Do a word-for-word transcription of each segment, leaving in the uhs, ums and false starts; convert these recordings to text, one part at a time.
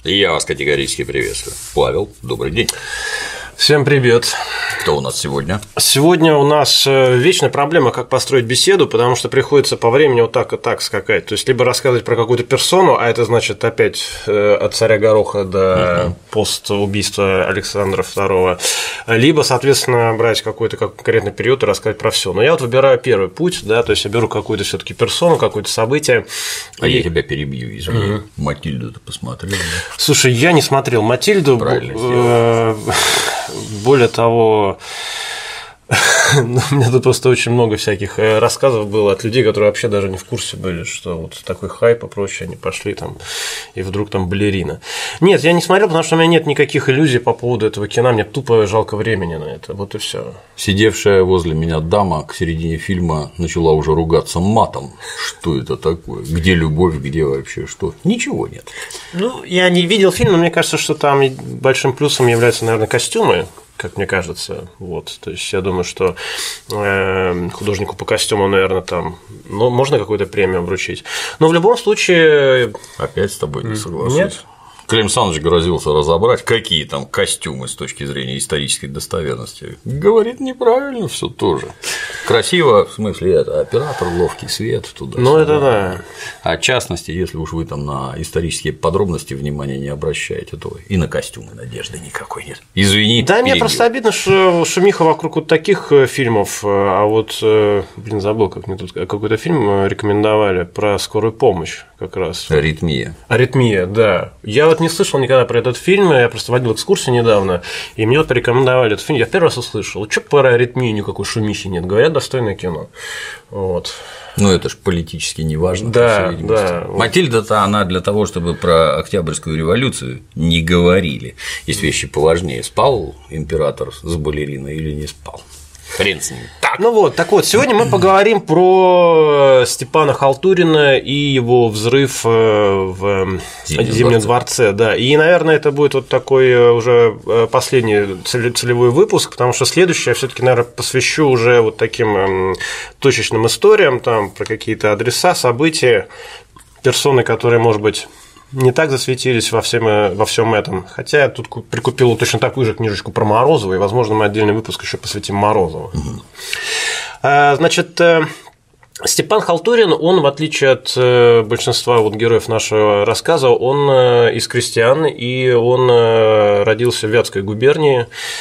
Я вас категорически приветствую. Павел, добрый день. Всем привет. Кто у нас сегодня? Сегодня у нас вечная проблема, как построить беседу, потому что приходится по времени вот так и так скакать. То есть, либо рассказывать про какую-то персону, а это значит опять от царя Гороха до uh-huh. постубийства Александра второго, либо, соответственно, брать какой-то конкретный период и рассказать про все. Но я вот выбираю первый путь, да, то есть я беру какую-то все-таки персону, какое-то событие. А и... я тебя перебью, извини. Uh-huh. Матильду ты посмотрел? Да? Слушай, я не смотрел Матильду. Правильно. Более того, у меня тут просто очень много всяких рассказов было от людей, которые вообще даже не в курсе были, что вот такой хайп и прочее, они пошли там, и вдруг там балерина. Нет, я не смотрел, потому что у меня нет никаких иллюзий по поводу этого кино, мне тупо жалко времени на это, вот и все. Сидевшая возле меня дама к середине фильма начала уже ругаться матом. Что это такое? Где любовь, где вообще что? Ничего нет. Ну, я не видел фильм, но мне кажется, что там большим плюсом являются, наверное, костюмы, как мне кажется, вот, то есть я думаю, что э, художнику по костюму, наверное, там, ну, можно какую-то премию вручить, но в любом случае… Опять с тобой не соглашусь. Нет? Клим Саныч грозился разобрать, какие там костюмы с точки зрения исторической достоверности. Говорит, неправильно все тоже. Красиво, в смысле, это оператор, ловкий свет туда. Ну, это да. А в частности, если уж вы там на исторические подробности внимания не обращаете, то и на костюмы надежды никакой нет. Извини. Да, мне просто обидно, что шумиха вокруг вот таких фильмов, а вот, блин, забыл, как мне тут какой-то фильм рекомендовали про скорую помощь как раз. Аритмия. Аритмия, да. Я вот не слышал никогда про этот фильм, я просто водил экскурсию недавно, и мне вот порекомендовали этот фильм, я первый раз услышал, что про аритмию никакой шумихи нет, говорят, достойное кино. Вот. Ну, это ж политически неважно. Да, да. Матильда-то она для того, чтобы про Октябрьскую революцию не говорили. Есть вещи поважнее. Спал император с балериной или не спал? Хрен с ним. Так. Ну вот, так вот, сегодня мы поговорим про Степана Халтурина и его взрыв в Зимнем, Зимнем дворце. Да. И, наверное, это будет вот такой уже последний целевой выпуск, потому что следующий я все-таки, наверное, посвящу уже вот таким точечным историям, там, про какие-то адреса, события, персоны, которые, может быть, не так засветились во всем, во всем этом. Хотя я тут прикупил точно такую же книжечку про Морозова, и, возможно, мы отдельный выпуск еще посвятим Морозову. Угу. Значит, Степан Халтурин, он, в отличие от большинства вот героев нашего рассказа, он из крестьян, и он родился в Вятской губернии,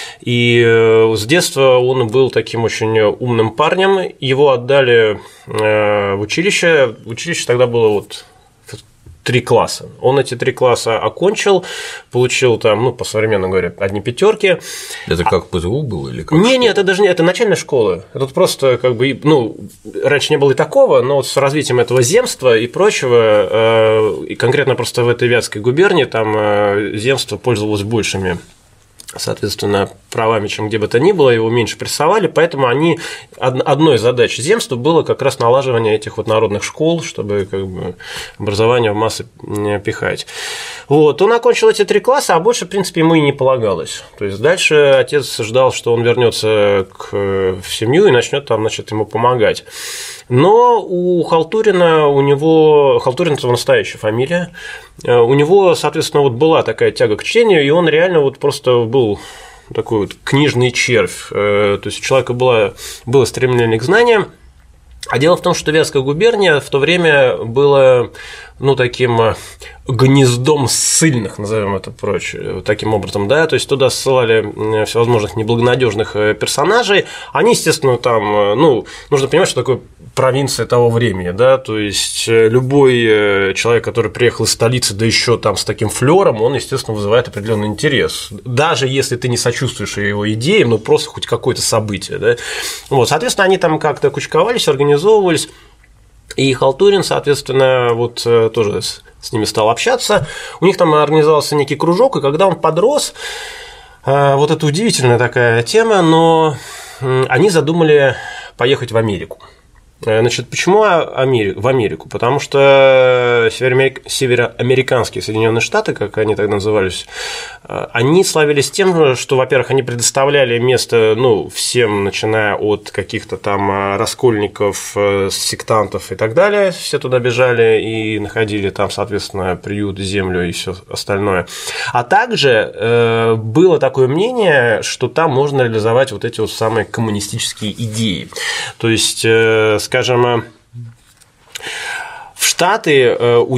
и с детства он был таким очень умным парнем, его отдали в училище, в училище тогда было вот… три класса. Он эти три класса окончил, получил там, ну, по-современному говоря, одни пятерки. Это как ПТУ было или как? Не, не, это даже не, это начальная школа. Это просто как бы, ну, раньше не было и такого, но вот с развитием этого земства и прочего, и конкретно просто в этой Вятской губернии там земство пользовалось большими, соответственно, правами, чем где бы то ни было, его меньше прессовали, поэтому они, одной из задач земства было как раз налаживание этих вот народных школ, чтобы как бы образование в массы пихать. Вот, он окончил эти три класса, а больше, в принципе, ему и не полагалось. То есть дальше отец ждал, что он вернется в семью и начнет там, значит, ему помогать. Но у Халтурина, у него, Халтурин – это настоящая фамилия, у него, соответственно, вот была такая тяга к чтению, и он реально вот просто был такой вот книжный червь, то есть у человека было, было стремление к знаниям. А дело в том, что Вятская губерния в то время была, ну, таким гнездом ссыльных, назовем это прочее, таким образом, да, то есть туда ссылали всевозможных неблагонадежных персонажей, они, естественно, там, ну, нужно понимать, что такое провинция того времени, да, то есть любой человек, который приехал из столицы, да еще там с таким флером, он, естественно, вызывает определенный интерес, даже если ты не сочувствуешь его идеям, ну, просто хоть какое-то событие, да, вот, соответственно, они там как-то кучковались, организовывались. И Халтурин, соответственно, вот тоже с ними стал общаться. У них там организовался некий кружок, и когда он подрос, вот это удивительная такая тема, но они задумали поехать в Америку. Значит, почему Америку, в Америку? Потому что североамериканские Соединенные Штаты, как они тогда назывались, они славились тем, что, во-первых, они предоставляли место, ну, всем, начиная от каких-то там раскольников, сектантов и так далее, все туда бежали и находили там, соответственно, приют, землю и все остальное. А также было такое мнение, что там можно реализовать вот эти вот самые коммунистические идеи. То есть, скажем, в Штаты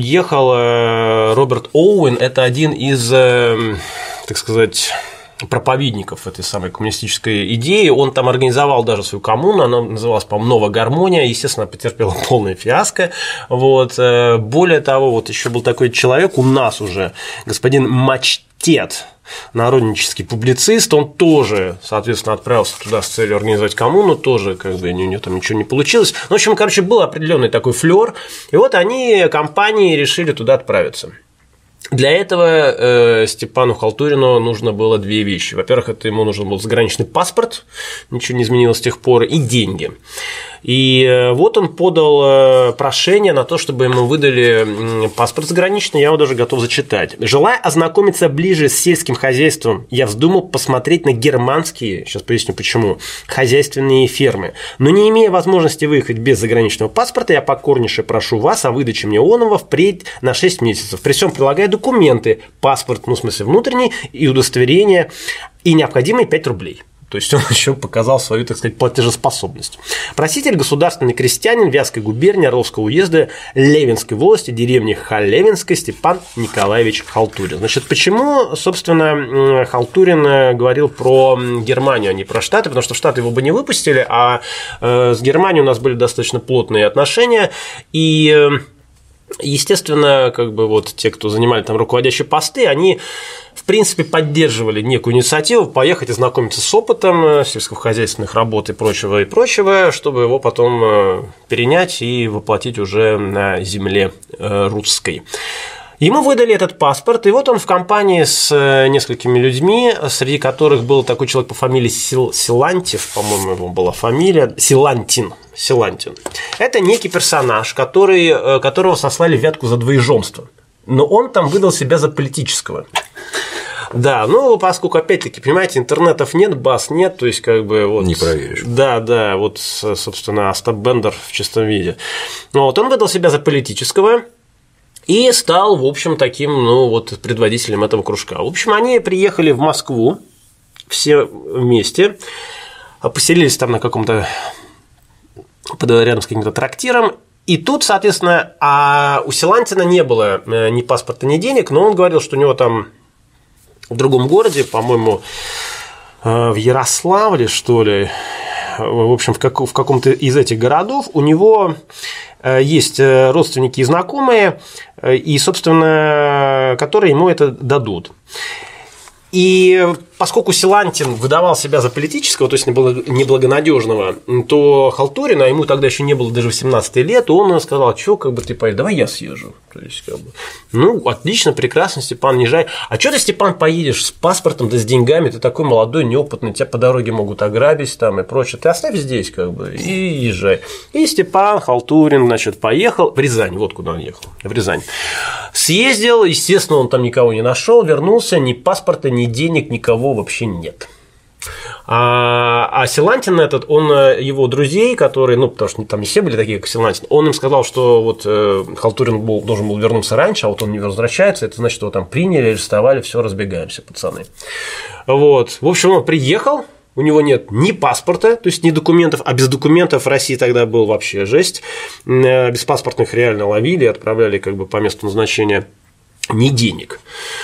уехал Роберт Оуэн, это один из, так сказать, проповедников этой самой коммунистической идеи. Он там организовал даже свою коммуну, она называлась, по-моему, «Новая гармония», естественно, потерпела полное фиаско. Вот. Более того, вот еще был такой человек у нас уже, господин Мачтет, народнический публицист, он тоже, соответственно, отправился туда с целью организовать коммуну, тоже как бы у него там ничего не получилось. Ну, в общем, короче, был определенный такой флёр, и вот они, компании, решили туда отправиться. Для этого э, Степану Халтурину нужно было две вещи. Во-первых, это ему нужен был заграничный паспорт, ничего не изменилось с тех пор, и деньги. И вот он подал прошение на то, чтобы ему выдали паспорт заграничный, я его даже готов зачитать. «Желая ознакомиться ближе с сельским хозяйством, я вздумал посмотреть на германские, сейчас поясню почему, хозяйственные фермы. Но не имея возможности выехать без заграничного паспорта, я покорнейше прошу вас о выдаче мне оного впредь на шесть месяцев. При всем прилагая документы, паспорт, ну, в смысле, внутренний, и удостоверение, и необходимые пять рублей». То есть он еще показал свою, так сказать, платежеспособность. Проситель — государственный крестьянин Вятской губернии Орловского уезда Левинской волости, деревни Халевинской, Степан Николаевич Халтурин. Значит, почему, собственно, Халтурин говорил про Германию, а не про Штаты? Потому что в Штаты его бы не выпустили, а с Германией у нас были достаточно плотные отношения, и, естественно, как бы вот те, кто занимали там руководящие посты, они в принципе поддерживали некую инициативу поехать и знакомиться с опытом сельскохозяйственных работ и прочего, и прочего, чтобы его потом перенять и воплотить уже на земле русской. Ему выдали этот паспорт, и вот он в компании с несколькими людьми, среди которых был такой человек по фамилии Сил, Силантьев, по-моему, его была фамилия, Силантин. Силантин. Это некий персонаж, который, которого сослали в Вятку за двоеженство. Но он там выдал себя за политического. Да, ну, поскольку, опять-таки, понимаете, интернетов нет, баз нет, то есть, как бы, вот… Не проверишь. Да, да, вот, собственно, Остап Бендер в чистом виде. Вот, он выдал себя за политического и стал, в общем, таким, ну, вот, предводителем этого кружка. В общем, они приехали в Москву все вместе, поселились там на каком-то… рядом с каким-то трактиром. И тут, соответственно, а у Силантина не было ни паспорта, ни денег, но он говорил, что у него там в другом городе, по-моему, в Ярославле, что ли, в общем, в каком-то из этих городов у него есть родственники и знакомые, и, собственно, которые ему это дадут. И поскольку Силантин выдавал себя за политического, то есть неблагонадежного, то Халтурин, а ему тогда еще не было даже восемнадцати лет, он сказал: что, как бы ты поедешь, давай я съезжу. То есть, как бы, ну, отлично, прекрасно, Степан, не езжай. А что ты, Степан, поедешь с паспортом, да с деньгами, ты такой молодой, неопытный, тебя по дороге могут ограбить там и прочее. Ты оставь здесь, как бы, и езжай. И Степан Халтурин, значит, поехал в Рязань, вот куда он ехал, в Рязань. Съездил, естественно, он там никого не нашел, вернулся, ни паспорта, ни денег, никого вообще нет. А, а Силантин этот, он его друзей, которые, ну, потому что там не все были такие, как Силантин, он им сказал, что вот э, Халтурин был, должен был вернуться раньше, а вот он не возвращается, это значит, его там приняли, арестовали, все, разбегаемся, пацаны. Вот. В общем, он приехал, у него нет ни паспорта, то есть ни документов, а без документов в России тогда был вообще жесть. Без паспортных реально ловили, отправляли как бы по месту назначения, ни денег.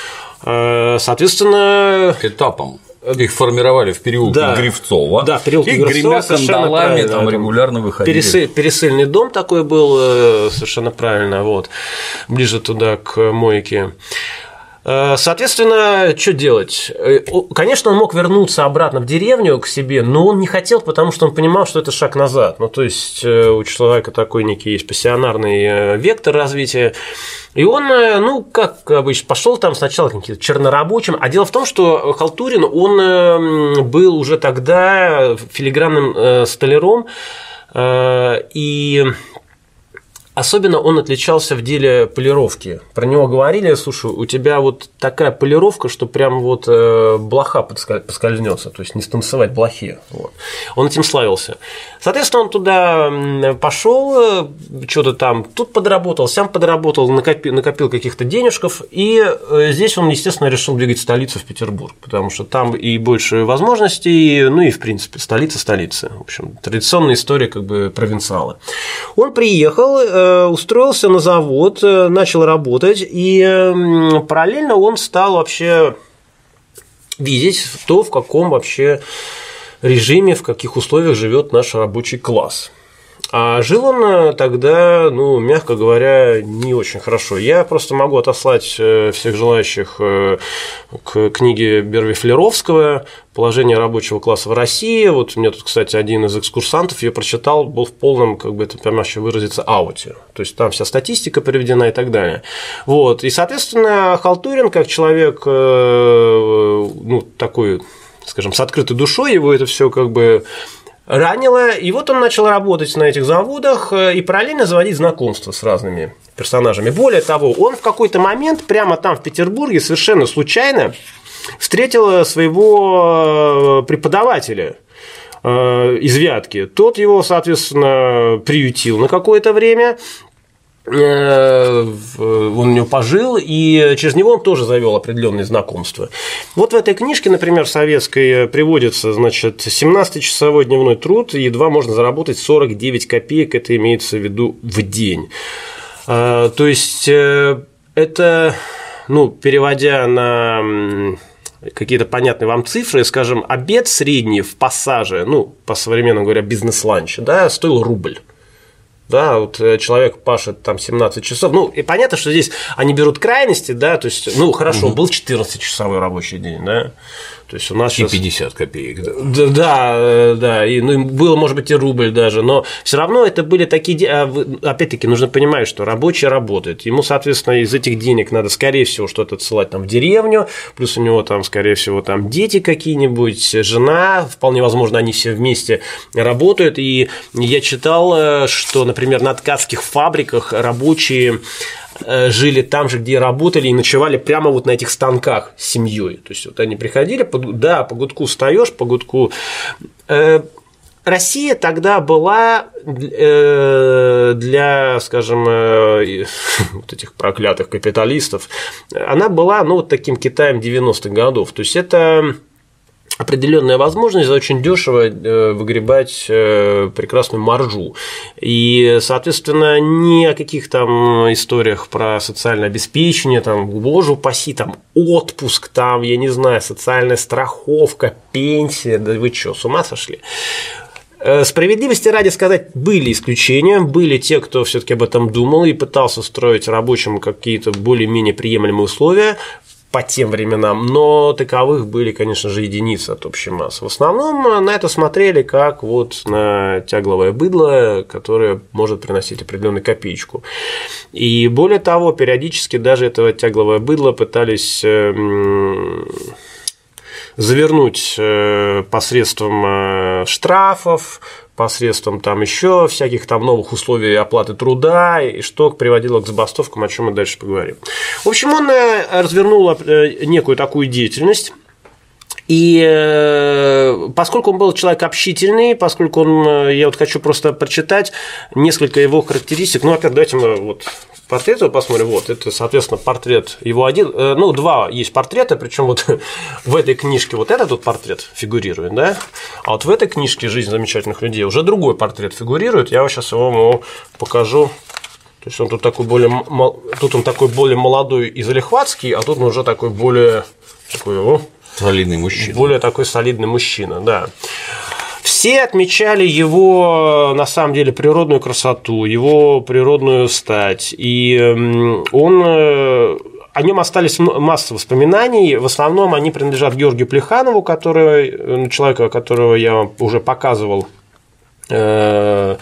Соответственно… Этапом. Их формировали в переулке да, Гривцова, да, в переулке и Гривцова, гремя кандалами там регулярно выходили. Пересыль, пересыльный дом такой был, совершенно правильно, вот, ближе туда к мойке. Соответственно, что делать? Конечно, он мог вернуться обратно в деревню к себе, но он не хотел, потому что он понимал, что это шаг назад. Ну, то есть у человека такой некий есть пассионарный вектор развития. И он, ну, как обычно, пошел там сначала каким-то чернорабочим. А дело в том, что Халтурин, он был уже тогда филигранным столяром И особенно он отличался в деле полировки. Про него говорили: слушай, у тебя вот такая полировка, что прям вот блоха поскользнется, то есть не станцевать блохе. Вот. Он этим славился. Соответственно, он туда пошел, что-то там тут подработал, сам подработал, накопил, накопил каких-то денежков, и здесь он, естественно, решил двигать столицу в Петербург, потому что там и больше возможностей, ну и, в принципе, столица столица. В общем, традиционная история как бы провинциала. Он приехал, устроился на завод, начал работать, и параллельно он стал вообще видеть то, в каком вообще режиме, в каких условиях живет наш рабочий класс. А жил он тогда, ну, мягко говоря, не очень хорошо. Я просто могу отослать всех желающих к книге Берви-Флеровского «Положение рабочего класса в России». Вот у меня тут, кстати, один из экскурсантов ее прочитал, был в полном, как бы это помягче выразиться, ауте. То есть там вся статистика приведена и так далее. Вот. И, соответственно, Халтурин, как человек, ну, такой, скажем, с открытой душой, его это все как бы ранило, и вот он начал работать на этих заводах и параллельно заводить знакомства с разными персонажами. Более того, он в какой-то момент прямо там в Петербурге совершенно случайно встретил своего преподавателя из Вятки. Тот его, соответственно, приютил на какое-то время. Он у него пожил, и через него он тоже завел определенные знакомства. Вот в этой книжке, например, советской, приводится, значит, семнадцатичасовой дневной труд, едва можно заработать сорок девять копеек, это имеется в виду в день. То есть это, ну, переводя на какие-то понятные вам цифры, скажем, обед средний в Пассаже, ну, по-современному говоря, бизнес-ланч, да, стоил рубль. Да, вот человек пашет там семнадцать часов. Ну, и понятно, что здесь они берут крайности, да, то есть, ну, хорошо, угу. Был четырнадцатичасовой рабочий день, да. То есть у нас и сейчас... пятьдесят копеек, да. Да, да, да, и, ну, было, может быть, и рубль даже, но все равно это были такие, опять-таки, нужно понимать, что рабочий работает, ему, соответственно, из этих денег надо, скорее всего, что-то отсылать там в деревню, плюс у него там, скорее всего, там дети какие-нибудь, жена, вполне возможно, они все вместе работают, и я читал, что, например, на ткацких фабриках рабочие жили там же, где работали, и ночевали прямо вот на этих станках с семьей. То есть вот они приходили, да, по гудку встаешь, по гудку. Россия тогда была для, скажем, вот этих проклятых капиталистов, она была, ну, вот таким Китаем девяностых годов. То есть это определенная возможность за очень дешево выгребать прекрасную маржу. И, соответственно, ни о каких там историях про социальное обеспечение, там, боже упаси, там, отпуск, там, я не знаю, социальная страховка, пенсия, да вы что, с ума сошли? Справедливости ради сказать, были исключения, были те, кто все-таки об этом думал и пытался строить рабочим какие-то более-менее приемлемые условия по тем временам, но таковых были, конечно же, единицы от общей массы. В основном на это смотрели как вот на тягловое быдло, которое может приносить определенную копеечку. И более того, периодически даже этого тягловое быдло пытались завернуть посредством штрафов, посредством там еще всяких там новых условий оплаты труда, и что приводило к забастовкам, о чем мы дальше поговорим. В общем, он развернул некую такую деятельность. И поскольку он был человек общительный, поскольку он, я вот хочу просто прочитать несколько его характеристик, ну, опять давайте мы вот портрет его посмотрим, вот, это, соответственно, портрет его один, ну, два есть портрета, причем вот в этой книжке вот этот вот портрет фигурирует, да, а вот в этой книжке «Жизнь замечательных людей» уже другой портрет фигурирует, я сейчас его покажу. То есть он тут такой более, тут он такой более молодой и залихватский, а тут он уже такой более такой, о, солидный мужчина. Более такой солидный мужчина, да. Все отмечали его, на самом деле, природную красоту, его природную стать. И он, о нем остались масса воспоминаний. В основном они принадлежат Георгию Плеханову, который, человека, которого я вам уже показывал, по-моему,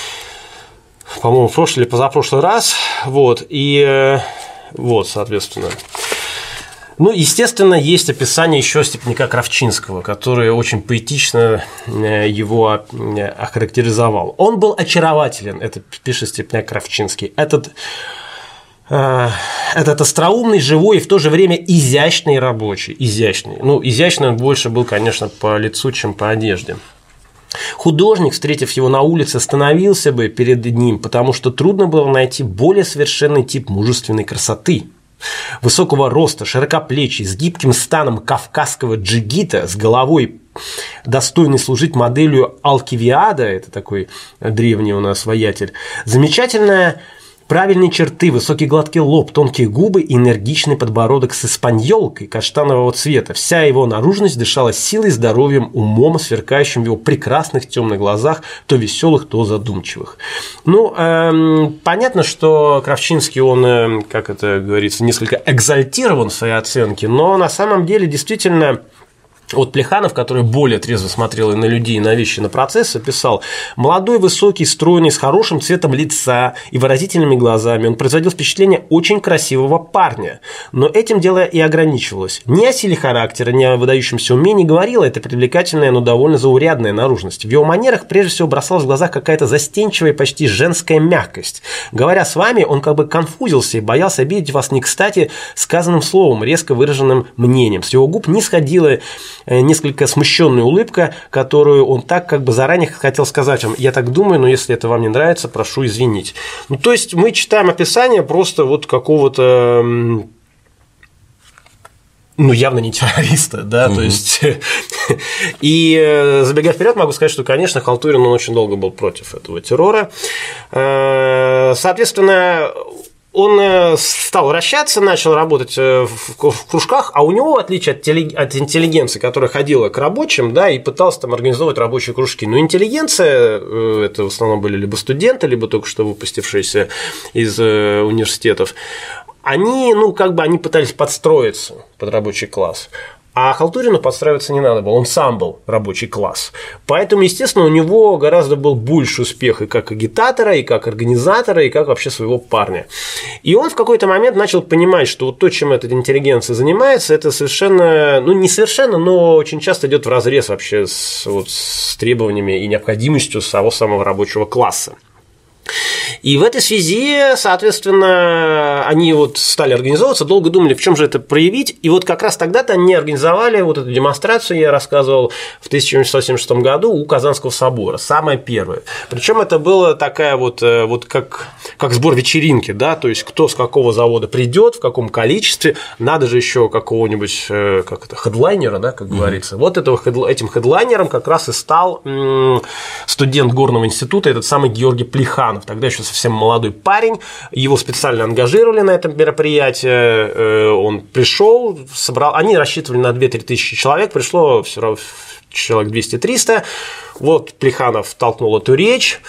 в прошлый или позапрошлый раз. Вот. И вот, соответственно. Ну, естественно, есть описание еще степняка Кравчинского, который очень поэтично его охарактеризовал. Он был очарователен, это пишет степняк Кравчинский. Этот, э, этот остроумный, живой и в то же время изящный рабочий. Изящный. Ну, изящный он больше был, конечно, по лицу, чем по одежде. Художник, встретив его на улице, остановился бы перед ним, потому что трудно было найти более совершенный тип мужественной красоты. Высокого роста, широкоплечий, с гибким станом кавказского джигита, с головой, достойный служить моделью Алкивиада, это такой древний у нас воятель, замечательная правильные черты, высокий гладкий лоб, тонкие губы и энергичный подбородок с испаньолкой каштанового цвета. Вся его наружность дышала силой, здоровьем, умом, сверкающим в его прекрасных темных глазах, то веселых, то задумчивых. Ну, эм, понятно, что Кравчинский, он, э, как это говорится, несколько экзальтирован в своей оценке, но на самом деле действительно... Вот Плеханов, который более трезво смотрел и на людей, и на вещи, и на процессы, писал: молодой, высокий, стройный, с хорошим цветом лица и выразительными глазами. Он производил впечатление очень красивого парня. Но этим дело и ограничивалось. Ни о силе характера, ни о выдающемся умении говорила эта привлекательная, но довольно заурядная наружность. В его манерах прежде всего бросалась в глаза какая-то застенчивая, почти женская мягкость. Говоря с вами, он как бы конфузился и боялся обидеть вас не кстати сказанным словом, резко выраженным мнением. С его губ не сходило несколько смущенная улыбка, которую он так как бы заранее хотел сказать вам: я так думаю, но если это вам не нравится, прошу извинить. Ну, то есть мы читаем описание просто вот какого-то, ну, явно не террориста, да, угу. То есть и забегая вперед, могу сказать, что, конечно, Халтурин, он очень долго был против этого террора. Соответственно, он стал вращаться, начал работать в кружках, а у него, в отличие от интеллигенции, которая ходила к рабочим, да, и пыталась там организовывать рабочие кружки, но интеллигенция, это в основном были либо студенты, либо только что выпустившиеся из университетов, они, ну, как бы они пытались подстроиться под рабочий класс. А Халтурину подстраиваться не надо было, он сам был рабочий класс. Поэтому, естественно, у него гораздо был больше успех и как агитатора, и как организатора, и как вообще своего парня. И он в какой-то момент начал понимать, что вот то, чем эта интеллигенция занимается, это совершенно, ну не совершенно, но очень часто идет вразрез вообще с, вот, с требованиями и необходимостью того самого рабочего класса. И в этой связи, соответственно, они вот стали организовываться, долго думали, в чем же это проявить. И вот как раз тогда-то они организовали вот эту демонстрацию, я рассказывал, в тысяча восемьсот семьдесят шестом году у Казанского собора, самая первая. Причем это было такая вот, вот как, как сбор вечеринки, да, то есть кто с какого завода придет, в каком количестве, надо же еще какого-нибудь, как это, хедлайнера, да, как говорится. Mm-hmm. Вот этого, этим хедлайнером как раз и стал студент Горного института, этот самый Георгий Плеханов. Тогда еще совсем молодой парень, его специально ангажировали на этом мероприятии, он пришел, собрал, они рассчитывали на две-три тысячи человек, пришло все равно человек двести-триста. Вот Плеханов толкнул эту речь,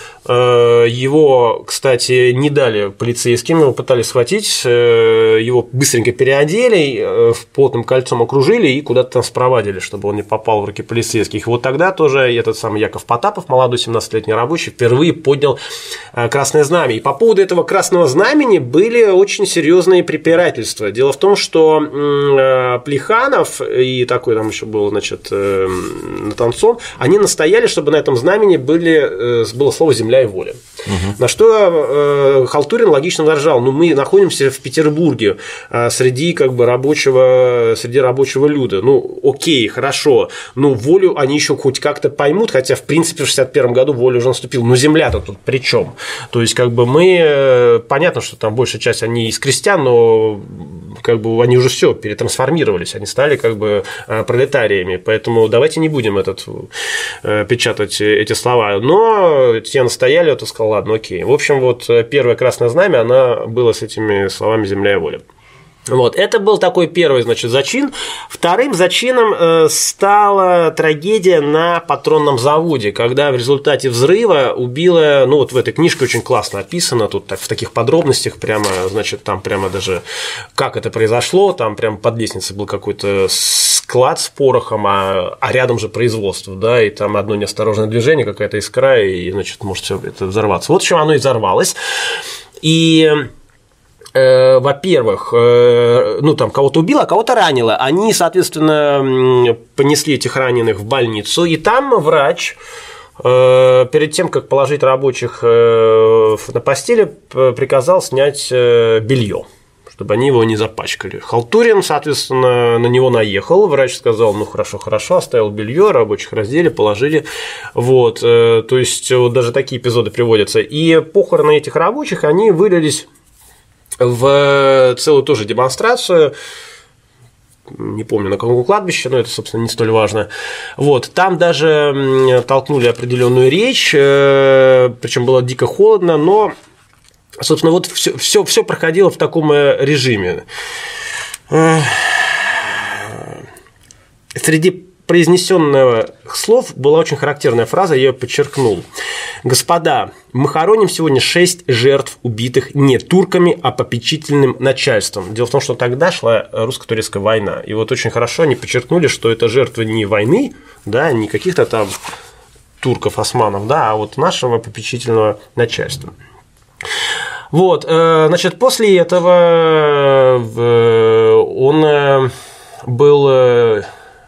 его, кстати, не дали полицейским, его пытались схватить, его быстренько переодели, плотным кольцом окружили и куда-то там спровадили, чтобы он не попал в руки полицейских. И вот тогда тоже этот самый Яков Потапов, молодой семнадцатилетний рабочий, впервые поднял красное знамя. И по поводу этого красного знамени были очень серьезные препирательства. Дело в том, что Плеханов и такой там еще был, значит, Натанцон, они настояли, что чтобы на этом знамени были, было слово «земля» и «воля». Угу. На что Халтурин логично возражал: ну, мы находимся в Петербурге среди, как бы, рабочего, среди рабочего люда. Ну, окей, хорошо, но волю они еще хоть как-то поймут, хотя, в принципе, в шестьдесят первом году воля уже наступила. Но земля-то тут при чем? То есть, как бы, мы, понятно, что там большая часть они из крестьян, но как бы они уже все перетрансформировались, они стали как бы пролетариями, поэтому давайте не будем этот, печатать эти слова. Но те настояли, то сказал, ладно, окей. В общем, вот первое красное знамя, она была с этими словами «земля и воля». Вот, это был такой первый, значит, зачин. Вторым зачином стала трагедия на патронном заводе, когда в результате взрыва убило, ну вот в этой книжке очень классно описано, тут так, в таких подробностях прямо, значит, там прямо даже как это произошло, там прямо под лестницей был какой-то склад с порохом, а, а рядом же производство, да, и там одно неосторожное движение, какая-то искра, и, значит, может все это взорваться. Вот в чем оно и взорвалось. И во-первых, ну, там, кого-то убило, а кого-то ранило. Они, соответственно, понесли этих раненых в больницу, и там врач перед тем, как положить рабочих на постели, приказал снять белье, чтобы они его не запачкали. Халтурин, соответственно, на него наехал, врач сказал, ну, хорошо, хорошо, оставил белье, рабочих раздели, положили, вот, то есть, вот даже такие эпизоды приводятся. И похороны этих рабочих, они вылились в целую тоже демонстрацию, не помню, на каком кладбище, но это, собственно, не столь важно. Вот, там даже толкнули определенную речь, причем было дико холодно, но, собственно, вот все, все, все проходило в таком режиме. Среди произнесенных слов была очень характерная фраза, я ее подчеркнул. Господа, мы хороним сегодня шесть жертв, убитых не турками, а попечительным начальством. Дело в том, что тогда шла русско-турецкая война. И вот очень хорошо они подчеркнули, что это жертвы не войны, да, не каких-то там турков, османов, да, а вот нашего попечительного начальства. Вот, значит, после этого он был...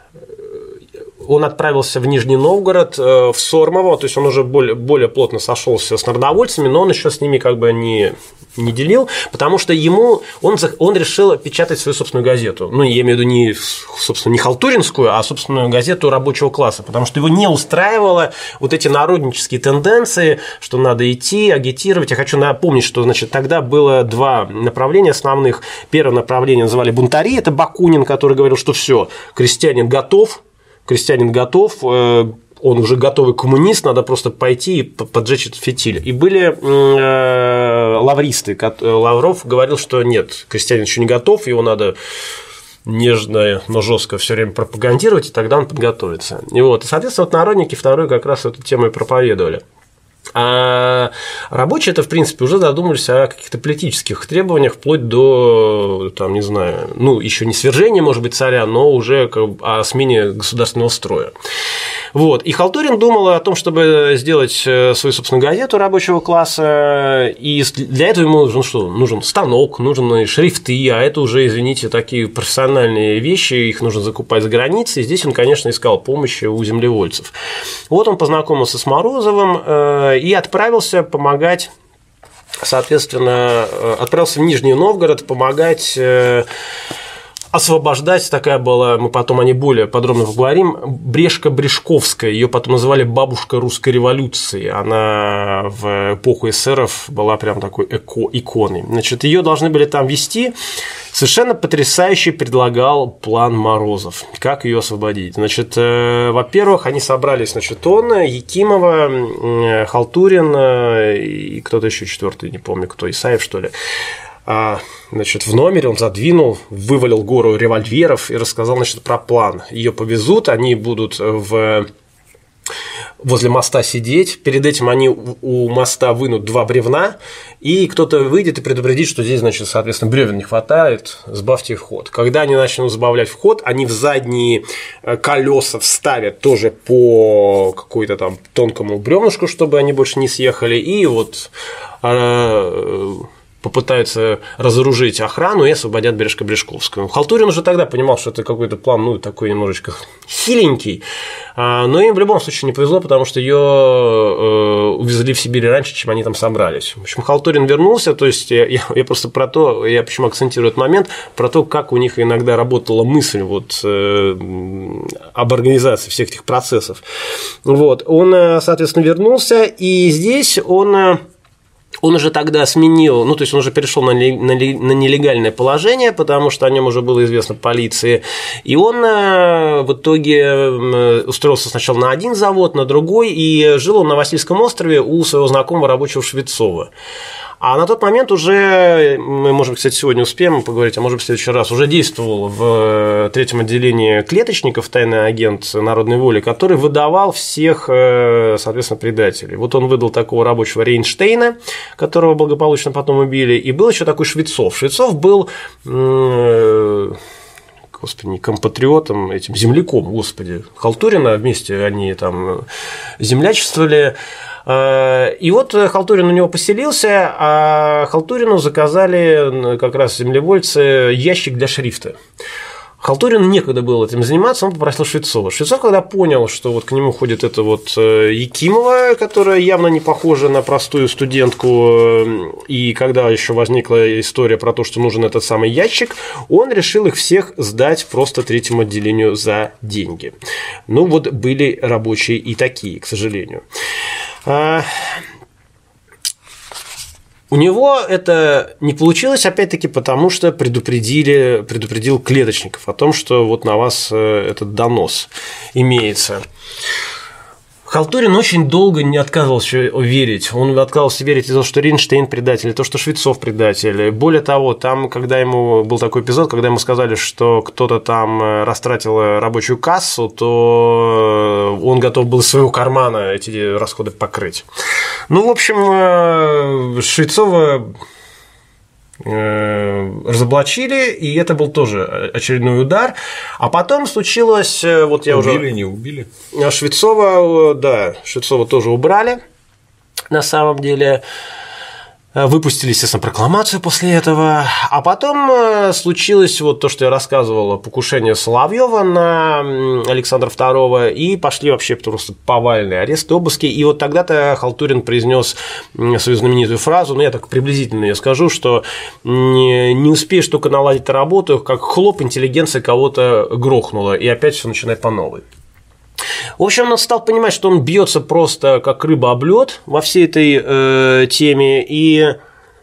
Он отправился в Нижний Новгород, в Сормово, то есть он уже более, более плотно сошелся с народовольцами, но он еще с ними как бы не, не делил, потому что ему он, он решил печатать свою собственную газету. Ну, я имею в виду не, собственно, не халтуринскую, а собственную газету рабочего класса, потому что его не устраивало вот эти народнические тенденции, что надо идти, агитировать. Я хочу напомнить, что, значит, тогда было два направления основных. Первое направление называли бунтари, это Бакунин, который говорил, что все, крестьянин готов, крестьянин готов, он уже готовый коммунист, надо просто пойти и поджечь этот фитиль. И были э, лавристы. Лавров говорил, что нет, крестьянин еще не готов, его надо нежно, но жестко все время пропагандировать, и тогда он подготовится. И вот, и, соответственно, вот народники второй как раз эту тему и проповедовали. А рабочие это, в принципе, уже задумались о каких-то политических требованиях, вплоть до, там, не знаю, ну, еще не свержения, может быть, царя, но уже как бы о смене государственного строя. Вот. И Халтурин думал о том, чтобы сделать свою собственную газету рабочего класса, и для этого ему нужен что? Нужен станок, нужны шрифты, а это уже, извините, такие профессиональные вещи, их нужно закупать за границей. И здесь он, конечно, искал помощи у землевольцев. Вот он познакомился с Морозовым и отправился помогать, соответственно, отправился в Нижний Новгород помогать освобождать, такая была, мы потом о ней более подробно поговорим, Брешка-Брешковская, ее потом называли бабушка русской революции, она в эпоху эсеров была прям такой эко-иконой. Значит, ее должны были там вести, совершенно потрясающий предлагал план Морозов, как ее освободить. Значит, во-первых, они собрались, значит, он, Якимова, Халтурин и кто-то еще четвертый, не помню кто, Исаев, что ли. Значит, в номере он задвинул, вывалил гору револьверов и рассказал, значит, про план. Ее повезут, они будут в... возле моста сидеть. Перед этим они у моста вынут два бревна, и кто-то выйдет и предупредит, что здесь, значит, соответственно, бревен не хватает, сбавьте вход. Когда они начнут сбавлять вход, они в задние колеса вставят тоже по какой-то там тонкому бревнышку, чтобы они больше не съехали, и вот попытаются разоружить охрану и освободят Бережко-Брешковскую. Халтурин уже тогда понимал, что это какой-то план, ну, такой немножечко хиленький, но им в любом случае не повезло, потому что ее увезли в Сибирь раньше, чем они там собрались. В общем, Халтурин вернулся, то есть я, я просто про то, я почему акцентирую этот момент, про то, как у них иногда работала мысль вот, об организации всех этих процессов. Вот. Он, соответственно, вернулся, и здесь он... Он уже тогда сменил, ну, то есть он уже перешел на, на, на нелегальное положение, потому что о нем уже было известно полиции, и он в итоге устроился сначала на один завод, на другой, и жил он на Васильском острове у своего знакомого рабочего Швецова. А на тот момент уже, мы, может быть, кстати, сегодня успеем поговорить, а может быть, в следующий раз, уже действовал в третьем отделении клеточников тайный агент Народной воли, который выдавал всех, соответственно, предателей. Вот он выдал такого рабочего Рейнштейна, которого благополучно потом убили, и был еще такой Швецов. Швецов был... Господи, не компатриотом, этим земляком, господи, Халтурина, вместе они там землячествовали. И вот Халтурин у него поселился, а Халтурину заказали как раз землевольцы ящик для шрифта. Халтурину некогда было этим заниматься, он попросил Швецова. Швецов, когда понял, что вот к нему ходит эта вот Якимова, которая явно не похожа на простую студентку, и когда еще возникла история про то, что нужен этот самый ящик, он решил их всех сдать просто третьему отделению за деньги. Ну вот были рабочие и такие, к сожалению. У него это не получилось, опять-таки, потому что предупредили, предупредил Клеточников о том, что вот на вас этот донос имеется. Халтурин очень долго не отказывался верить. Он отказывался верить из-за того, что Ринштейн предатель, и то, что Швецов предатель. Более того, там, когда ему был такой эпизод, когда ему сказали, что кто-то там растратил рабочую кассу, то он готов был из своего кармана эти расходы покрыть. Ну, в общем, Швецова разоблачили, и это был тоже очередной удар. А потом случилось, вот я убили, уже… Убили, не убили? Швецова, да, Швецова тоже убрали, на самом деле. Выпустили, естественно, прокламацию после этого. А потом случилось вот то, что я рассказывал, покушение Соловьева на Александра второго, и пошли вообще просто повальные аресты, обыски. И вот тогда-то Халтурин произнес свою знаменитую фразу, ну, я так приблизительно ее скажу, что не, не успеешь только наладить работу, как хлоп, интеллигенция кого-то грохнула, и опять все начинает по новой. В общем, он стал понимать, что он бьется просто как рыба об лед во всей этой э, теме, и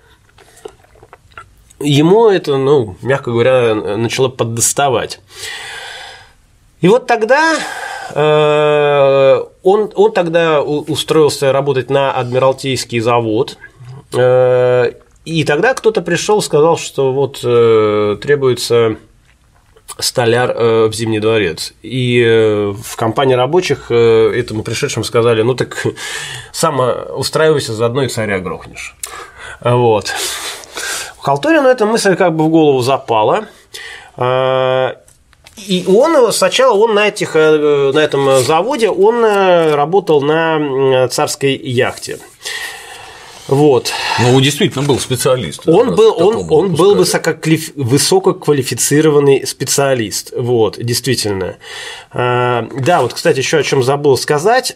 ему это, ну, мягко говоря, начало поддоставать. И вот тогда э, он, он тогда устроился работать на Адмиралтейский завод, э, и тогда кто-то пришел и сказал, что вот э, требуется столяр в Зимний дворец. И в компании рабочих этому пришедшему сказали: ну так сам устраивайся, заодно и царя грохнешь. Вот. Халтурину эта мысль как бы в голову запала. И он сначала он на, этих, на этом заводе он работал на царской яхте. Вот. Ну, он действительно был специалист. Он был, он, он был высококвалифицированный специалист. Вот, действительно. Да, вот, кстати, еще о чем забыл сказать.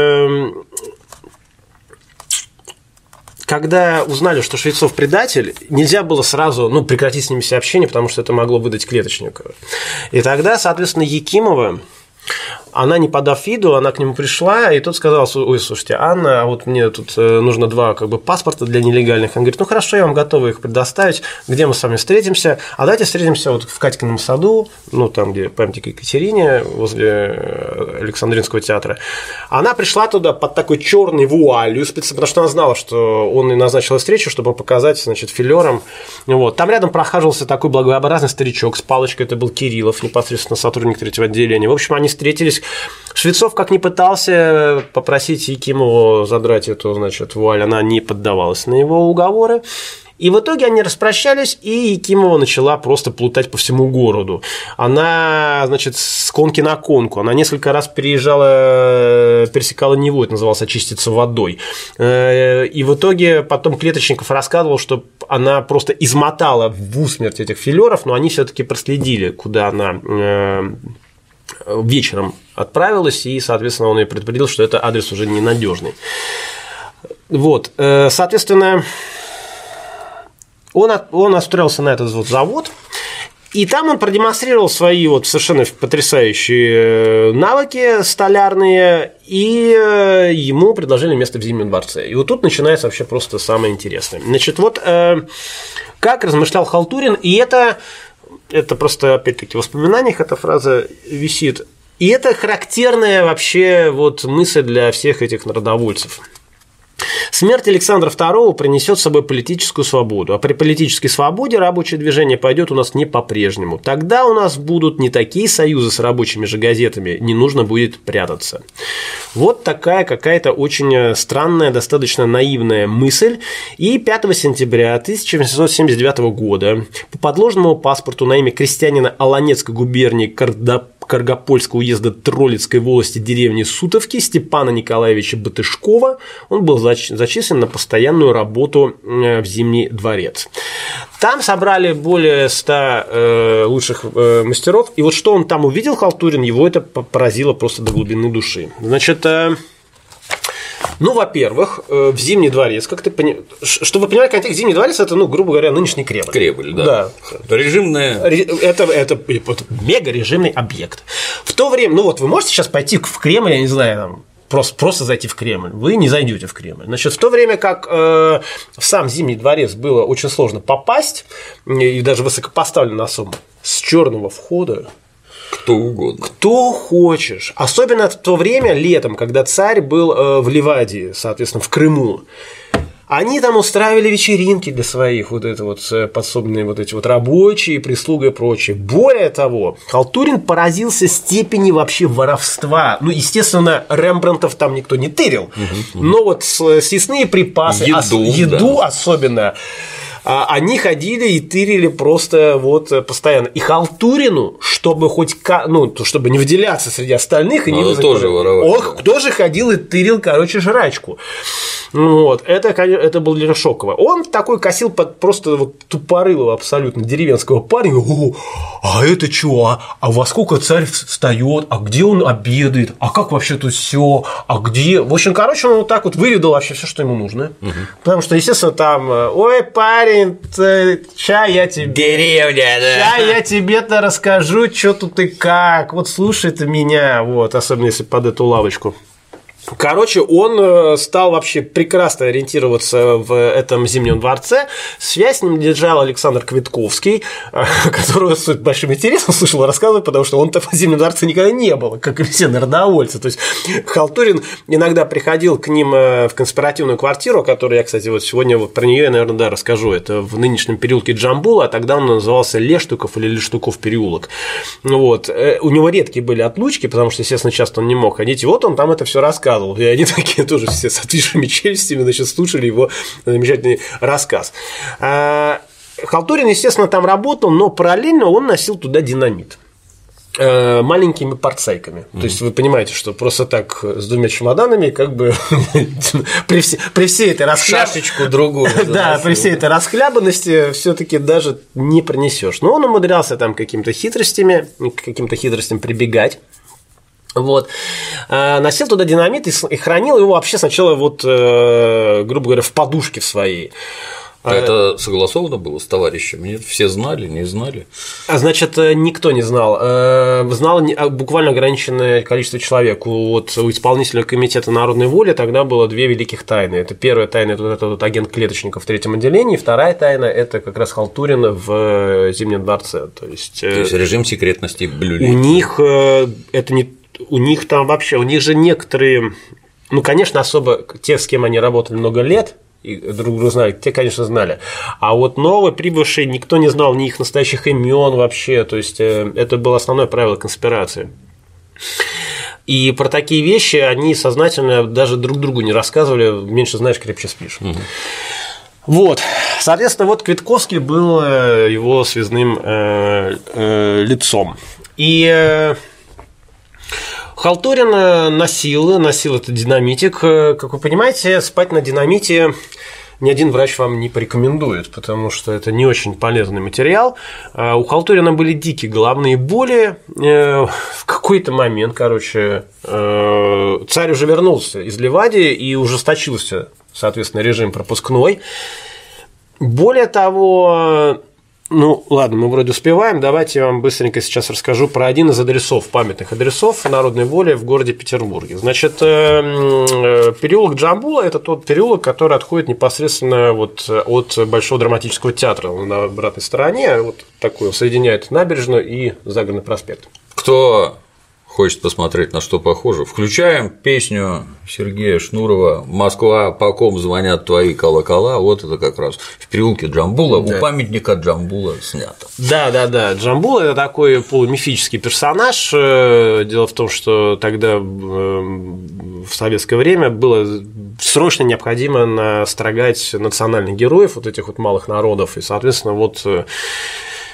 Когда узнали, что Швецов предатель, нельзя было сразу, ну, прекратить с ними все общение, потому что это могло выдать Клеточникова. И тогда, соответственно, Якимова, она, не подав виду, она к нему пришла, и тот сказал: ой, слушайте, Анна, а вот мне тут нужно два как бы паспорта для нелегальных. Он говорит: ну хорошо, я вам готова их предоставить, где мы с вами встретимся? А давайте встретимся вот в Катькином саду, ну там, где памятник Екатерине, возле Александринского театра. Она пришла туда под такой черной вуалью, потому что она знала, что он и назначил встречу, чтобы показать, значит, филерам. Вот. Там рядом прохаживался такой благообразный старичок с палочкой, это был Кириллов, непосредственно сотрудник третьего отделения. В общем, они встретились. Швецов, как ни пытался попросить Якимову задрать эту, значит, вуаль, она не поддавалась на его уговоры. И в итоге они распрощались, и Якимова начала просто плутать по всему городу. Она, значит, с конки на конку. Она несколько раз переезжала, пересекала Неву, это называлось очиститься водой. И в итоге потом Клеточников рассказывал, что она просто измотала в усмерть этих филеров, но они все-таки проследили, куда она вечером отправилась, и, соответственно, он ей предупредил, что это адрес уже ненадежный. Вот, соответственно, он, он устроился на этот вот завод, и там он продемонстрировал свои вот совершенно потрясающие навыки столярные, и ему предложили место в Зимнем дворце. И вот тут начинается вообще просто самое интересное. Значит, вот как размышлял Халтурин, и это... Это просто, опять-таки, в воспоминаниях эта фраза висит. И это характерная вообще вот мысль для всех этих народовольцев. Смерть Александра второго принесет с собой политическую свободу, а при политической свободе рабочее движение пойдет у нас не по-прежнему. Тогда у нас будут не такие союзы с рабочими же газетами, не нужно будет прятаться. Вот такая какая-то очень странная, достаточно наивная мысль. И пятого сентября тысяча восемьсот семьдесят девятого года по подложному паспорту на имя крестьянина Аланецкой губернии Каргопольского уезда Тролицкой волости деревни Сутовки Степана Николаевича Батышкова. Он был зачислен на постоянную работу в Зимний дворец. Там собрали более ста э, лучших э, мастеров. И вот что он там увидел, Халтурин, его это поразило просто до глубины души. Значит, э, ну, во-первых, э, в Зимний дворец, как ты понимаешь, чтобы вы понимали, контекст, Зимний дворец – это, ну, грубо говоря, нынешний Кремль. Кремль, да. да. Режимная. Это, это, это мега-режимный объект. В то время, ну, вот вы можете сейчас пойти в Кремль, я не знаю, там, Просто, просто зайти в Кремль. Вы не зайдете в Кремль. Значит, в то время как э, в сам Зимний дворец было очень сложно попасть, и даже высокопоставленная особа с черного входа. Кто угодно. Кто хочешь. Особенно в то время, летом, когда царь был э, в Ливадии, соответственно, в Крыму. Они там устраивали вечеринки для своих, вот это вот подсобные вот эти вот рабочие, прислуга и прочее. Более того, Халтурин поразился степени вообще воровства. Ну, естественно, Рембрандтов там никто не тырил, угу, угу. но вот съестные припасы, еду, ос- еду да. особенно, они ходили и тырили просто вот постоянно. И Халтурину, чтобы хоть, ну, чтобы не выделяться среди остальных, и не вызвать, тоже воровать, он да. тоже ходил и тырил, короче, жрачку. Вот. Это, это было для Шокова. Он такой косил под просто вот тупорылого абсолютно деревенского парня. О, а это что? А, а во сколько царь встает? А где он обедает? А как вообще тут все? А где? В общем, короче, он вот так вот выведал вообще все, что ему нужно. Угу. Потому что, естественно, там, ой, парень, ща я тебе. Деревня, да. Ща я тебе-то расскажу, что тут и как. Вот слушай ты меня. Вот, особенно если под эту лавочку. Короче, он стал вообще прекрасно ориентироваться в этом Зимнем дворце. Связь с ним держал Александр Квитковский, которого с большим интересом слышал рассказывать, потому что он-то в Зимнем дворце никогда не был, как и все народовольцы. То есть Халтурин иногда приходил к ним в конспиративную квартиру, которую я, кстати, вот сегодня вот про нее я, наверное, да, расскажу. Это в нынешнем переулке Джамбула, а тогда он назывался Лештуков или Лештуков переулок. Вот. У него редкие были отлучки, потому что, естественно, часто он не мог ходить. И вот он там это все рассказывал. И они такие тоже все с отвисшими челюстями, значит, слушали его замечательный рассказ. Халтурин, естественно, там работал, но параллельно он носил туда динамит маленькими порцейками. Mm-hmm. То есть вы понимаете, что просто так с двумя чемоданами как бы при, все, при всей этой расхлябанности шашечку другую да, при всей этой расхлябанности все-таки даже не пронесешь. Но он умудрялся там какими-то хитростями, каким-то хитростям прибегать. Вот. Носил туда динамит и хранил его вообще сначала, вот, грубо говоря, в подушке в своей. Это согласовано было с товарищем? Нет, все знали, не знали? Значит, никто не знал. Знало буквально ограниченное количество человек. Вот у исполнительного комитета народной воли тогда было две великих тайны. Это первая тайна – это вот этот вот агент Клеточников в третьем отделении, вторая тайна – это как раз Халтурин в Зимнем дворце. То есть, То есть режим секретности блюли. У них это не У них там вообще, у них же некоторые, ну, конечно, особо те, с кем они работали много лет, и друг друга знали, те, конечно, знали. А вот новые прибывшие, никто не знал ни их настоящих имен вообще. То есть это было основное правило конспирации. И про такие вещи они сознательно даже друг другу не рассказывали. Меньше знаешь, крепче спишь. Угу. Вот, соответственно, вот Квитковский был его связным э, э, лицом. И э, Халтурин носил, носил этот динамитик. Как вы понимаете, спать на динамите ни один врач вам не порекомендует, потому что это не очень полезный материал. У Халтурина были дикие головные боли. В какой-то момент, короче, царь уже вернулся из Ливадии и ужесточился, соответственно, режим пропускной. Более того, ну, ладно, мы вроде успеваем. Давайте я вам быстренько сейчас расскажу про один из адресов, памятных адресов народной воли в городе Петербурге. Значит, переулок Джамбула – это тот переулок, который отходит непосредственно вот от Большого драматического театра. Он на обратной стороне, вот такой, соединяет набережную и Загородный проспект. Кто хочет посмотреть, на что похоже, включаем песню Сергея Шнурова «Москва, по ком звонят твои колокола». Вот это как раз в переулке Джамбула, да. У памятника Джамбула снято. Да, да, да. Джамбула – это такой полумифический персонаж. Дело в том, что тогда в советское время было срочно необходимо настрогать национальных героев, вот этих вот малых народов. И, соответственно, вот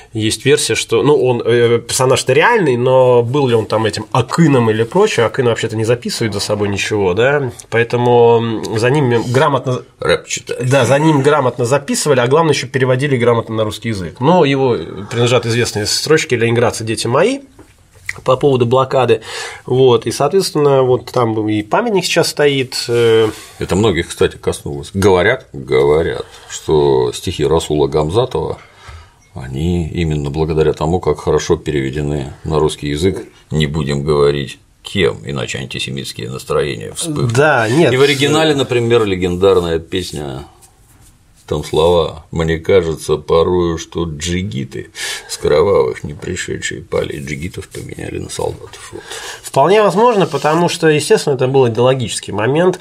есть версия, что, ну, он персонаж-то реальный, но был ли он там этим Акыном или прочее, Акын вообще-то не записывает за собой ничего, да, поэтому за ним грамотно… Рэп читает. Да, за ним грамотно записывали, а главное, еще переводили грамотно на русский язык. Но его принадлежат известные строчки «Ленинградцы, дети мои», по поводу блокады, вот, и, соответственно, вот там и памятник сейчас стоит. Это многих, кстати, коснулось. Говорят, говорят, что стихи Расула Гамзатова, они именно благодаря тому, как хорошо переведены на русский язык, не будем говорить кем, иначе антисемитские настроения вспыхнут. Да, нет. И в оригинале, например, легендарная песня. Там слова: «Мне кажется порою, что джигиты с кровавых не пришедшие пали, джигитов поменяли на солдатов». Вот. Вполне возможно, потому что, естественно, это был идеологический момент,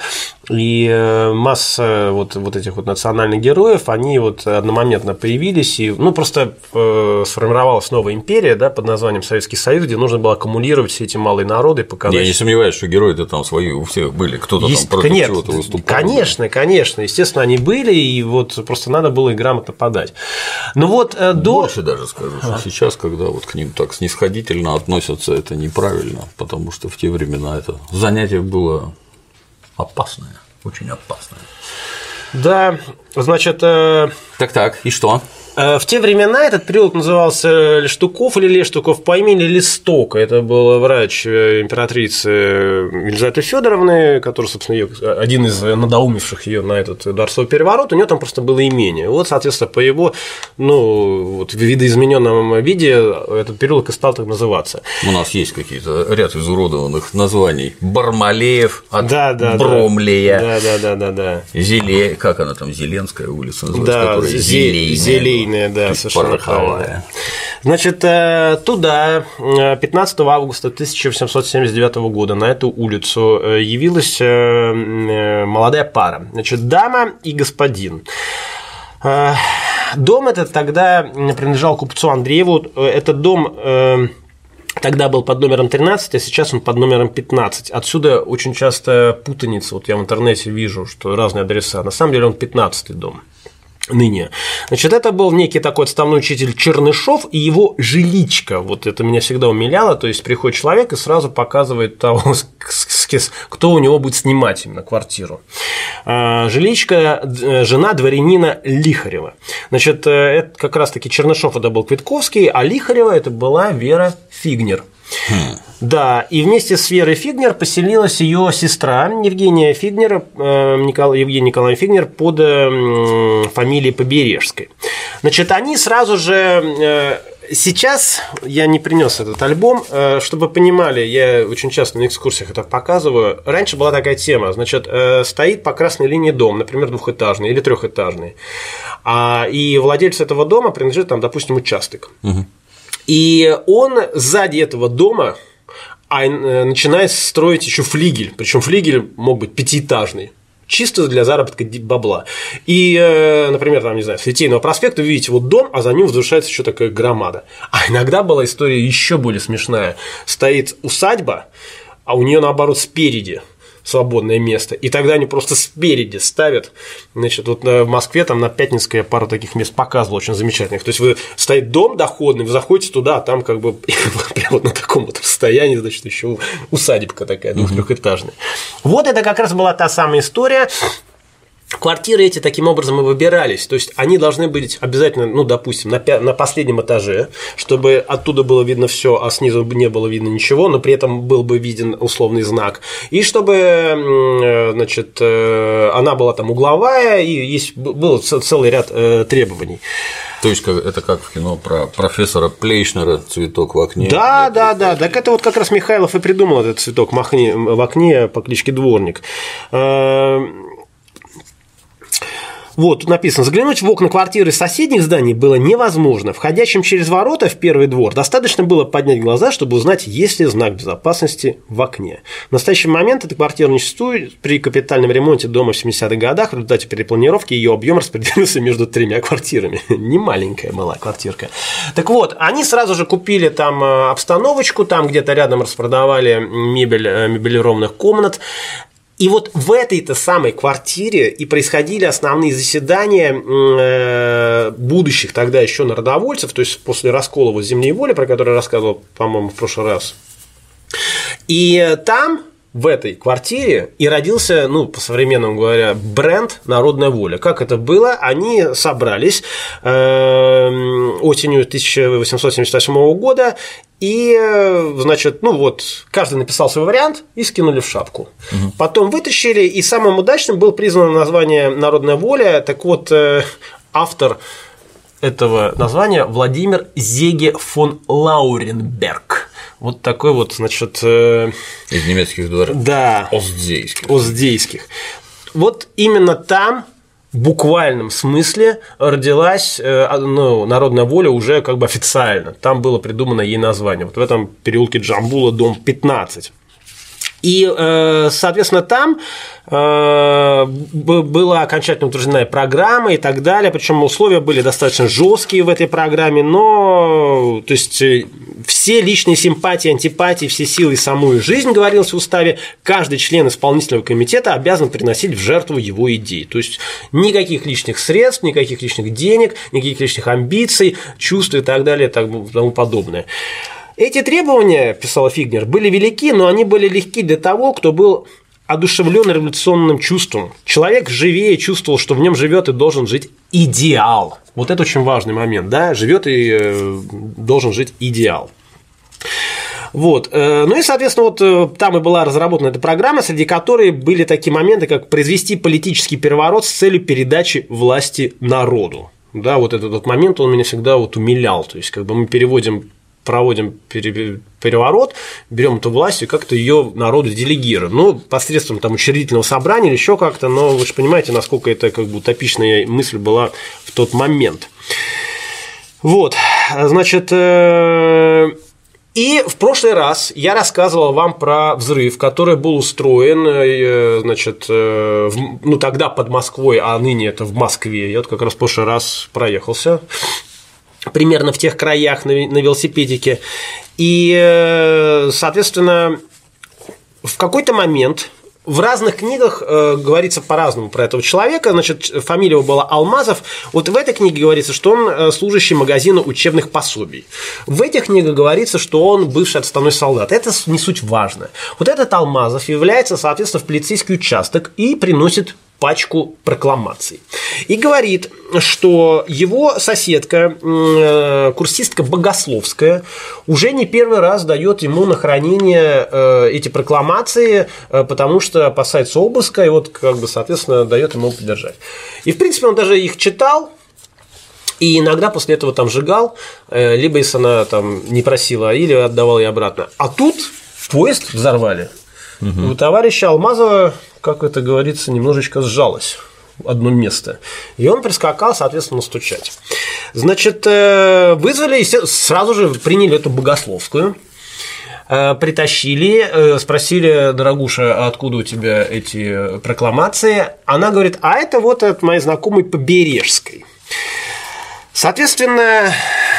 и масса вот, вот этих вот национальных героев, они вот одномоментно появились, и, ну, просто э, сформировалась новая империя, да, под названием Советский Союз, где нужно было аккумулировать все эти малые народы и показать. Я не сомневаюсь, что герои-то там свои у всех были, кто-то Есть, там против нет, чего-то выступал. Конечно, конечно, естественно, они были, и вот просто надо было их грамотно подать. Ну вот до… Больше даже скажу, что ага. сейчас, когда вот к ним так снисходительно относятся, это неправильно, потому что в те времена это занятие было опасное, очень опасное. Да, значит… Так-так, и что? В те времена этот период назывался Лештуков или Лештуков по имени Листока. Это был врач императрицы Елизаветы Федоровны, который, собственно, ее, один из надоумевших ее на этот дворцовый переворот. У нее там просто было имение. Вот, соответственно, по его, ну, вот, видоизмененном виде этот переулок и стал так называться. У нас есть какие-то ряд изуродованных названий: Бармалеев от да, да, Бромлея, да, да, да, да, да. Зеле... как она там, Зеленская улица называется, да, которая Зелейная. Зелейная. Да, совершенно правильно. Значит, туда пятнадцатого августа тысяча восемьсот семьдесят девятого года на эту улицу явилась молодая пара. Значит, дама и господин. Дом этот тогда принадлежал купцу Андрееву. Этот дом тогда был под номером тринадцать, а сейчас он под номером пятнадцать. Отсюда очень часто путаница. Вот я в интернете вижу, что разные адреса. На самом деле он пятнадцатый дом. Ныне. Значит, это был некий такой отставной учитель Чернышов и его жиличка. Вот это меня всегда умиляло. То есть приходит человек и сразу показывает того, кто у него будет снимать именно квартиру. Жиличка – жена дворянина Лихарева. Значит, это как раз-таки Чернышов это был Квитковский, а Лихарева это была Вера Фигнер. Хм. Да, и вместе с Верой Фигнер поселилась ее сестра Евгения Фигнер, Николай, Евгения Николаевна Фигнер под фамилией Побережской. Значит, они сразу же… Сейчас я не принес этот альбом, чтобы вы понимали, я очень часто на экскурсиях это показываю. Раньше была такая тема, значит, стоит по красной линии дом, например, двухэтажный или трехэтажный, и владельцу этого дома принадлежит, там, допустим, участок. Угу. И он сзади этого дома начинает строить еще флигель, причем флигель мог быть пятиэтажный, чисто для заработка бабла. И, например, там, не знаю, с Литейного проспекта вы видите вот дом, а за ним возвышается еще такая громада. А иногда была история еще более смешная. Стоит усадьба, а у нее наоборот спереди свободное место, и тогда они просто спереди ставят. Значит, вот в Москве там на Пятницкой я пару таких мест показывал, очень замечательных. То есть вы стоит дом доходный, вы заходите туда, а там как бы прямо вот на таком вот расстоянии, значит, еще усадебка такая двухтрехэтажная. Вот это как раз была та самая история. Квартиры эти таким образом и выбирались, то есть они должны быть обязательно, ну, допустим, на, пя- на последнем этаже, чтобы оттуда было видно все, а снизу не было видно ничего, но при этом был бы виден условный знак, и чтобы, значит, она была там угловая, и есть, был целый ряд требований. То есть это как в кино про профессора Плейшнера «Цветок в окне». Да, да, да, так это вот как раз Михайлов и придумал этот цветок в окне по кличке Дворник. Вот, тут написано: заглянуть в окна квартиры соседних зданий было невозможно. Входящим через ворота в первый двор достаточно было поднять глаза, чтобы узнать, есть ли знак безопасности в окне. В настоящий момент эта квартира не существует. При капитальном ремонте дома в семидесятых годах в результате перепланировки ее объем распределился между тремя квартирами. Не маленькая была квартирка. Так вот, они сразу же купили там обстановочку, там где-то рядом распродавали мебель мебелированных комнат. И вот в этой-то самой квартире и происходили основные заседания будущих тогда еще народовольцев, то есть после раскола вот «Земли и воли», про который я рассказывал, по-моему, в прошлый раз. И там, в этой квартире, и родился, ну, по-современному говоря, бренд «Народная воля». Как это было? Они собрались э, осенью тысяча восемьсот семьдесят восьмого года, и, значит, ну вот, каждый написал свой вариант и скинули в шапку. Угу. Потом вытащили, и самым удачным было признано название «Народная воля». Так вот, э, автор этого названия Владимир Зеге фон Лауренберг. Вот такой вот, значит… Э, Из немецких дворов. Да. Остзейских. Остзейских. Вот именно там в буквальном смысле родилась ну, «Народная воля» уже как бы официально. Там было придумано ей название. Вот в этом переулке Джамбула, дом пятнадцать. И, соответственно, там была окончательно утверждена программа и так далее, причем условия были достаточно жесткие в этой программе, но то есть все личные симпатии, антипатии, все силы и самую жизнь, говорилось в уставе, каждый член исполнительного комитета обязан приносить в жертву его идеи. То есть никаких лишних средств, никаких лишних денег, никаких лишних амбиций, чувств и так далее и тому подобное. Эти требования, писал Фигнер, были велики, но они были легки для того, кто был одушевлен революционным чувством. Человек живее чувствовал, что в нем живет и должен жить идеал. Вот это очень важный момент, да, живет и э, должен жить идеал. Вот. Ну и, соответственно, вот там и была разработана эта программа, среди которой были такие моменты, как произвести политический переворот с целью передачи власти народу. Да, вот этот вот момент, он меня всегда вот умилял. То есть, как бы мы переводим проводим переворот, берем эту власть и как-то ее народу делегируем. Ну, посредством там учредительного собрания или еще как-то, но вы же понимаете, насколько это как бы утопичная мысль была в тот момент. Вот, значит, и в прошлый раз я рассказывал вам про взрыв, который был устроен, значит, ну, тогда под Москвой, а ныне это в Москве. Я вот как раз в прошлый раз проехался примерно в тех краях на велосипедике. И, соответственно, в какой-то момент в разных книгах э, говорится по-разному про этого человека. Значит, фамилия его была Алмазов. Вот в этой книге говорится, что он служащий магазина учебных пособий. В этих книгах говорится, что он бывший отставной солдат. Это не суть важно. Вот этот Алмазов является, соответственно, в полицейский участок и приносит пачку прокламаций. И говорит, что его соседка, курсистка Богословская, уже не первый раз дает ему на хранение эти прокламации, потому что опасается обыска, и вот, как бы, соответственно, дает ему подержать. И, в принципе, он даже их читал, и иногда после этого там сжигал, либо если она там не просила, или отдавал ей обратно. А тут поезд взорвали. Угу. У товарища Алмазова, как это говорится, немножечко сжалось одно место. И он прискакал, соответственно, стучать. Значит, вызвали, сразу же приняли эту Богословскую, притащили, спросили: дорогуша, а откуда у тебя эти прокламации? Она говорит: а это вот от моей знакомой Побережской. Соответственно,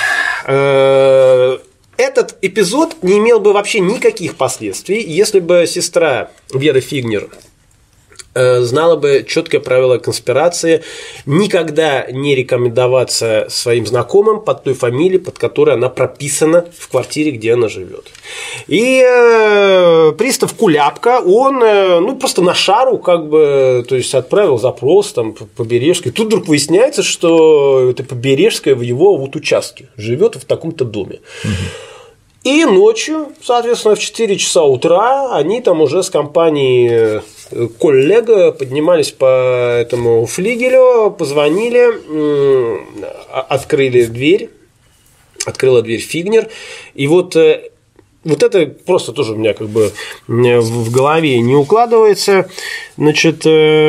этот эпизод не имел бы вообще никаких последствий, если бы сестра Веры Фигнер знала бы четкое правило конспирации: никогда не рекомендоваться своим знакомым под той фамилией, под которой она прописана в квартире, где она живет. И э, пристав Куляпка, он э, ну, просто на шару как бы, то есть отправил запрос там, по Побережской. Тут вдруг выясняется, что это Побережская в его вот участке живет в таком-то доме. Угу. И ночью, соответственно, в четыре часа утра они там уже с компанией коллега поднимались по этому флигелю, позвонили, открыли дверь, открыла дверь Фигнер. И вот, вот это просто тоже у меня как бы в голове не укладывается. Значит,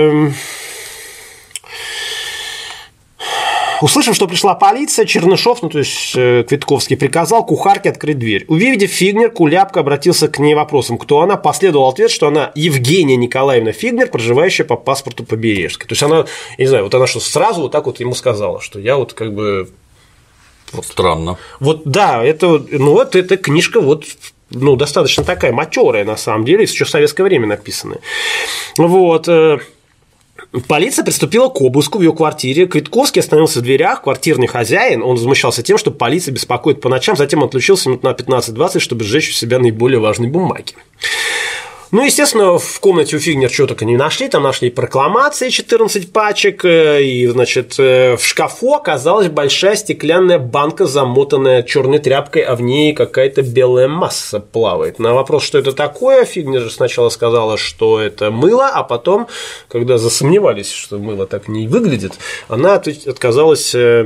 услышав, что пришла полиция, Чернышов, ну то есть Квитковский, приказал кухарке открыть дверь. Увидев Фигнер, Куляпка обратился к ней вопросом, кто она. Последовал ответ, что она Евгения Николаевна Фигнер, проживающая по паспорту Побережской. То есть она, я не знаю, вот она что, сразу вот так вот ему сказала, что я вот как бы… Вот странно. Вот да, это, ну вот эта книжка вот… Ну, достаточно такая матерая, на самом деле, еще в советское время написанная. Вот. Полиция приступила к обыску в ее квартире. Квитковский остановился в дверях, квартирный хозяин. Он возмущался тем, что полиция беспокоит по ночам, затем отлучился минут на пятнадцать-двадцать, чтобы сжечь у себя наиболее важные бумаги. Ну, естественно, в комнате у Фигнер чего только не нашли. Там нашли прокламации четырнадцать пачек. И, значит, в шкафу оказалась большая стеклянная банка, замотанная черной тряпкой, а в ней какая-то белая масса плавает. На вопрос, что это такое, Фигнер же сначала сказала, что это мыло, а потом, когда засомневались, что мыло так не выглядит, она отказалась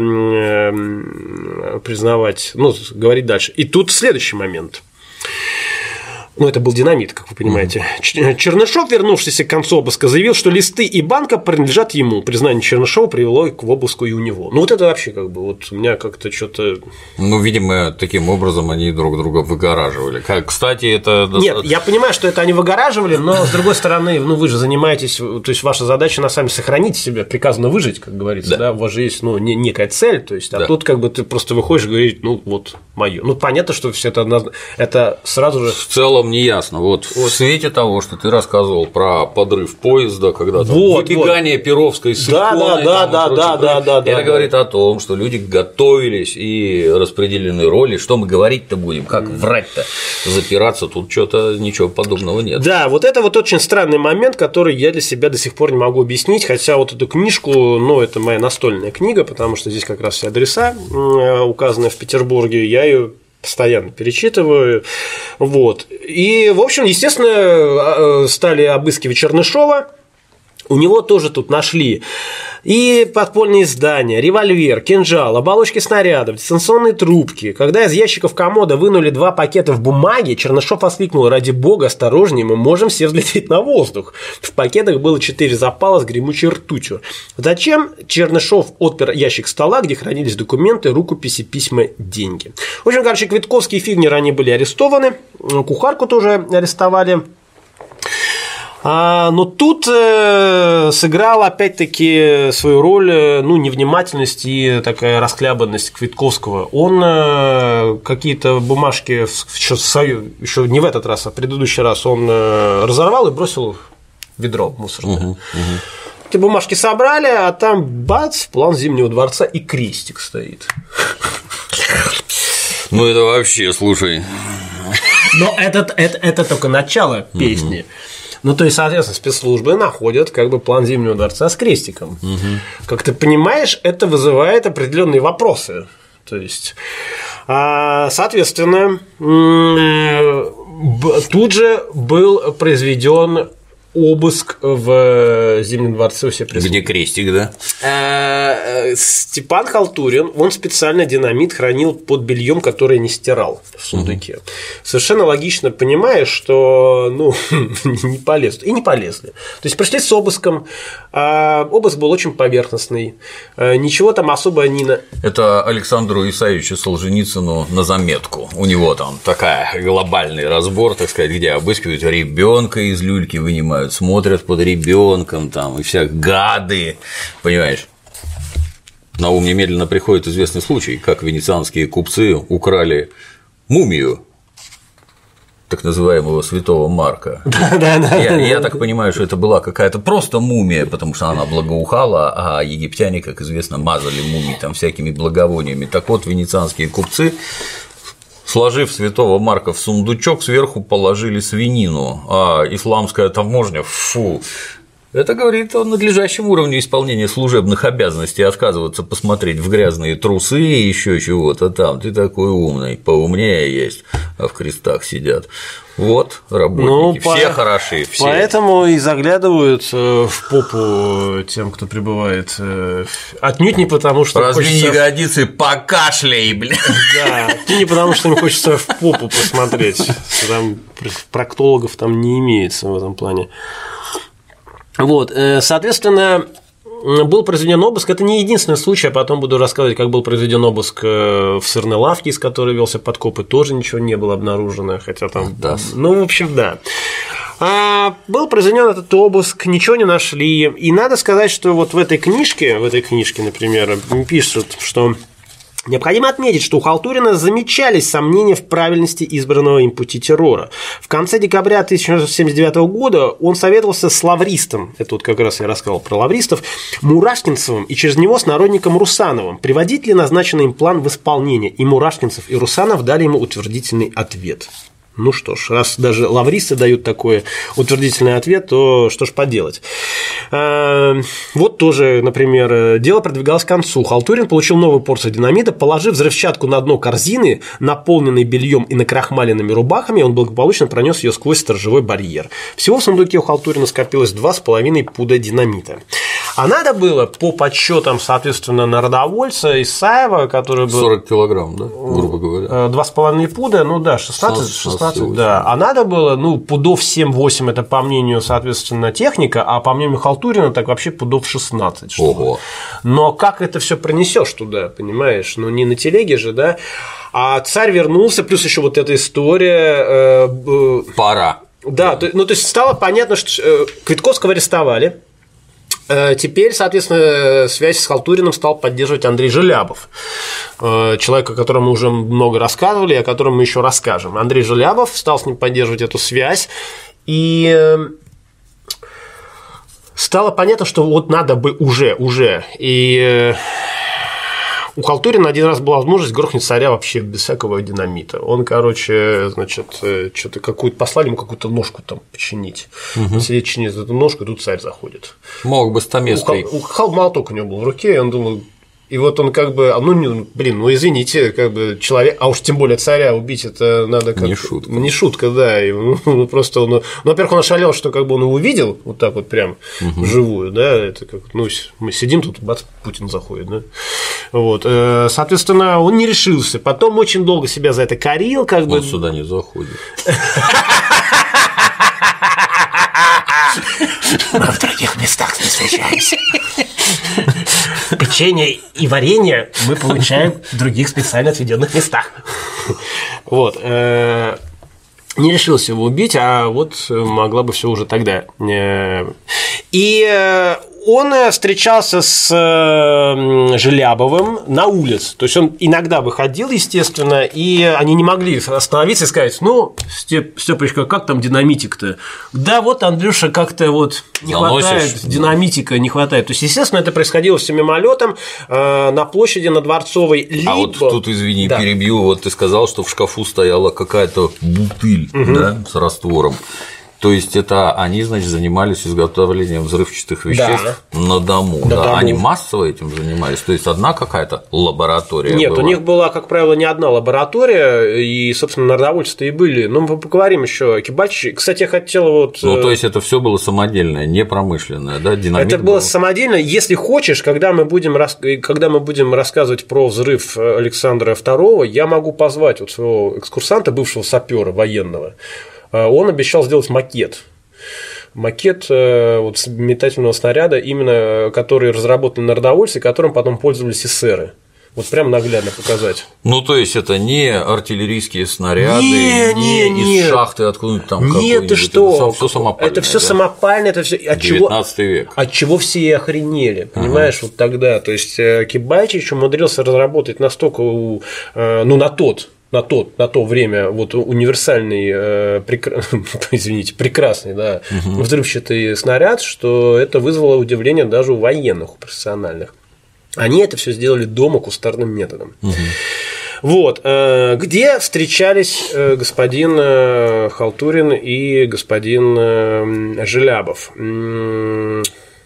признавать, ну, говорить дальше. И тут следующий момент. Ну, это был динамит, как вы понимаете. Mm-hmm. Чернышов, вернувшийся к концу обыска, заявил, что листы и банка принадлежат ему. Признание Чернышова привело к обыску и у него. Ну, вот это вообще как бы, вот у меня как-то что-то… Ну, видимо, таким образом они друг друга выгораживали. Как, кстати, это… Нет, я понимаю, что это они выгораживали, но, с другой стороны, ну, вы же занимаетесь, то есть, ваша задача, на самом деле, сохранить себя, приказано выжить, как говорится, да, да? У вас же есть, ну, некая цель, то есть, а да. Тут как бы ты просто выходишь и говоришь, ну, вот, мое. Ну, понятно, что все это однозначно, это сразу же… В целом не ясно. Вот, вот в свете того, что ты рассказывал про подрыв поезда, когда там вот, выбегание вот. Перовской с иконой, да, да, да, да, да, да, это да, говорит да. о том, что люди готовились и распределены роли. Что мы говорить-то будем? Как врать-то? Запираться? Тут что-то ничего подобного нет. Да, вот это вот очень странный момент, который я для себя до сих пор не могу объяснить. Хотя вот эту книжку, ну, это моя настольная книга, потому что здесь как раз все адреса указаны в Петербурге. Я ее постоянно перечитываю. Вот. И, в общем, естественно, стали обыскивать Чернышова. У него тоже тут нашли и подпольные издания, револьвер, кинжал, оболочки снарядов, дистанционные трубки. Когда из ящиков комода вынули два пакета в бумаге, Чернышов воскликнул: ради бога, осторожнее, мы можем все взлететь на воздух. В пакетах было четыре запала с гремучей ртутью. Зачем? Чернышов отпер ящик стола, где хранились документы, рукописи, письма, деньги. В общем, короче, Квитковский и Фигнер, они были арестованы, кухарку тоже арестовали. Но тут э, сыграл опять-таки свою роль, ну, невнимательность и такая расхлябанность Квитковского. Он э, какие-то бумажки еще, еще не в этот раз, а в предыдущий раз он э, разорвал и бросил в ведро мусорное. Угу, угу. Эти бумажки собрали, а там бац, план Зимнего дворца и крестик стоит. Ну, это вообще, слушай. Но это, это, это только начало песни. Угу. Ну, то есть, соответственно, спецслужбы находят как бы план Зимнего дворца с крестиком. Угу. Как ты понимаешь, это вызывает определенные вопросы. То есть, соответственно, тут же был произведен обыск в Зимнем дворце у всех присутствующих. Где крестик, да? Степан Халтурин, он специально динамит хранил под бельем, которое не стирал в сундуке. Угу. Совершенно логично понимаешь, что ну, не полезут. И не полезли. То есть пришли с обыском. Обыск был очень поверхностный. Ничего там особо не… Это Александру Исаевичу Солженицыну на заметку. У него там такая глобальный разбор, так сказать, где обыскивают ребенка из люльки, вынимают, смотрят под ребенком там и вся гады, понимаешь? На ум немедленно приходит известный случай, как венецианские купцы украли мумию так называемого святого Марка. Да, да, да. Я, я так понимаю, что это была какая-то просто мумия, потому что она благоухала, а египтяне, как известно, мазали мумии там всякими благовониями. Так вот, венецианские купцы, сложив святого Марка в сундучок, сверху положили свинину, а исламская таможня, фу, это говорит о надлежащем уровне исполнения служебных обязанностей, отказываться посмотреть в грязные трусы и еще чего-то там. Ты такой умный, поумнее есть, а в крестах сидят. Вот работники, ну, все по... хороши, все. Поэтому и заглядывают в попу тем, кто прибывает. Отнюдь не потому, что разве хочется… не годится, покашляй, блин. Да, отнюдь не потому, что им хочется в попу посмотреть. Там проктологов там не имеется в этом плане. Вот, соответственно, был произведен обыск. Это не единственный случай, а потом буду рассказывать, как был произведен обыск в сырной лавке, из которой велся подкоп, и тоже ничего не было обнаружено, хотя там… Да. Ну, в общем, да. А был произведен этот обыск, ничего не нашли. И надо сказать, что вот в этой книжке, в этой книжке, например, пишут, что Необходимо отметить, что у Халтурина замечались сомнения в правильности избранного им пути террора. В конце декабря тысяча девятьсот семьдесят девятого года он советовался с лавристом, это вот как раз я рассказал про лавристов, Мурашкинцевым и через него с народником Русановым, приводить ли назначенный им план в исполнение, и Мурашкинцев и Русанов дали ему утвердительный ответ. Ну что ж, раз даже лавристы дают такой утвердительный ответ, то что ж поделать. Вот тоже, например, дело продвигалось к концу. Халтурин получил новую порцию динамита, положив взрывчатку на дно корзины, наполненной бельем и накрахмаленными рубахами, он благополучно пронес ее сквозь сторожевой барьер. Всего в сундуке у Халтурина скопилось два с половиной пуда динамита. А надо было, по подсчетам, соответственно, народовольца Исаева, который был… сорок килограмм, да, грубо говоря. два с половиной пуда, ну да, шестнадцать, шестнадцать, да. А надо было, ну, пудов семь-восемь, это по мнению, соответственно, техника, а по мнению Халтурина, так вообще пудов шестнадцать. Что Ого. Но как это все пронесешь туда, понимаешь? Ну, не на телеге же, да? А царь вернулся, плюс еще вот эта история… Э, Пора. Да, то, ну, то есть стало понятно, что э, Квитковского арестовали. Теперь, соответственно, связь с Халтуриным стал поддерживать Андрей Желябов, человек, о котором мы уже много рассказывали, и о котором мы еще расскажем. Андрей Желябов стал с ним поддерживать эту связь, и стало понятно, что вот надо бы уже, уже, и у Халтурина один раз была возможность грохнуть царя вообще без всякого динамита. Он, короче, значит, что-то какую-то послали ему какую-то ножку там починить. Угу. Он сидит, чинит эту ножку, и тут царь заходит. Мог бы стамеской. У Хал молоток у него был в руке, и он думал. И вот он как бы, ну, блин, ну извините, как бы человек, а уж тем более царя убить, это надо как… Не шутка. Не шутка, да. И, ну, просто он, ну, во-первых, он ошалел, что как бы он его увидел, вот так вот прям угу. вживую, да, это как, ну, мы сидим тут, бац, Путин заходит, да. Вот, соответственно, он не решился. Потом очень долго себя за это корил, как он бы. Он сюда не заходит. Мы в других местах не встречаемся. Печенье и варенье мы получаем в других специально отведенных местах. Вот. Не решился его убить, а вот могла бы все уже тогда. И он встречался с Желябовым на улице. То есть он иногда выходил, естественно, и они не могли остановиться и сказать: ну, Степ, Степочка, как там динамитик-то? Да, вот, Андрюша, как-то вот не Заносишь. хватает, динамитика не хватает. То есть, естественно, это происходило все мимолетом на площади на Дворцовой. Либо… А вот тут, извини, да. перебью, вот ты сказал, что в шкафу стояла какая-то бутыль, угу. да, с раствором. То есть это они, значит, занимались изготовлением взрывчатых веществ да. на дому. На да. дому. Они массово этим занимались. То есть одна какая-то лаборатория. Нет, была. У них была, как правило, не одна лаборатория, и, собственно, народовольцы-то и были. Но мы поговорим еще о Кибачи. Кстати, я хотел вот. Ну, то есть это все было самодельное, не промышленное, да? Динамит это было самодельное. Если хочешь, когда мы будем рас... когда мы будем рассказывать про взрыв Александра второго, я могу позвать вот своего экскурсанта, бывшего сапера военного. Он обещал сделать макет. Макет вот, метательного снаряда, именно который разработан народовольцы, которым потом пользовались эсеры. Вот прям наглядно показать. Ну, то есть это не артиллерийские снаряды, не, не, не из шахты откуда-нибудь там какой-нибудь. Нет, ты что? Это все самопальное. Это все да? самопальное, это все. От девятнадцатый чего, век. От чего все и охренели, понимаешь, ага. вот тогда. То есть Кибайчич умудрился разработать настолько, ну, на тот. На, тот, на то время вот универсальный, э, прекра... извините, прекрасный да, угу. взрывчатый снаряд, что это вызвало удивление даже у военных, у профессиональных. Они это все сделали дома кустарным методом. Угу. Вот, э, где встречались э, господин э, Халтурин и господин э, Желябов. М-м-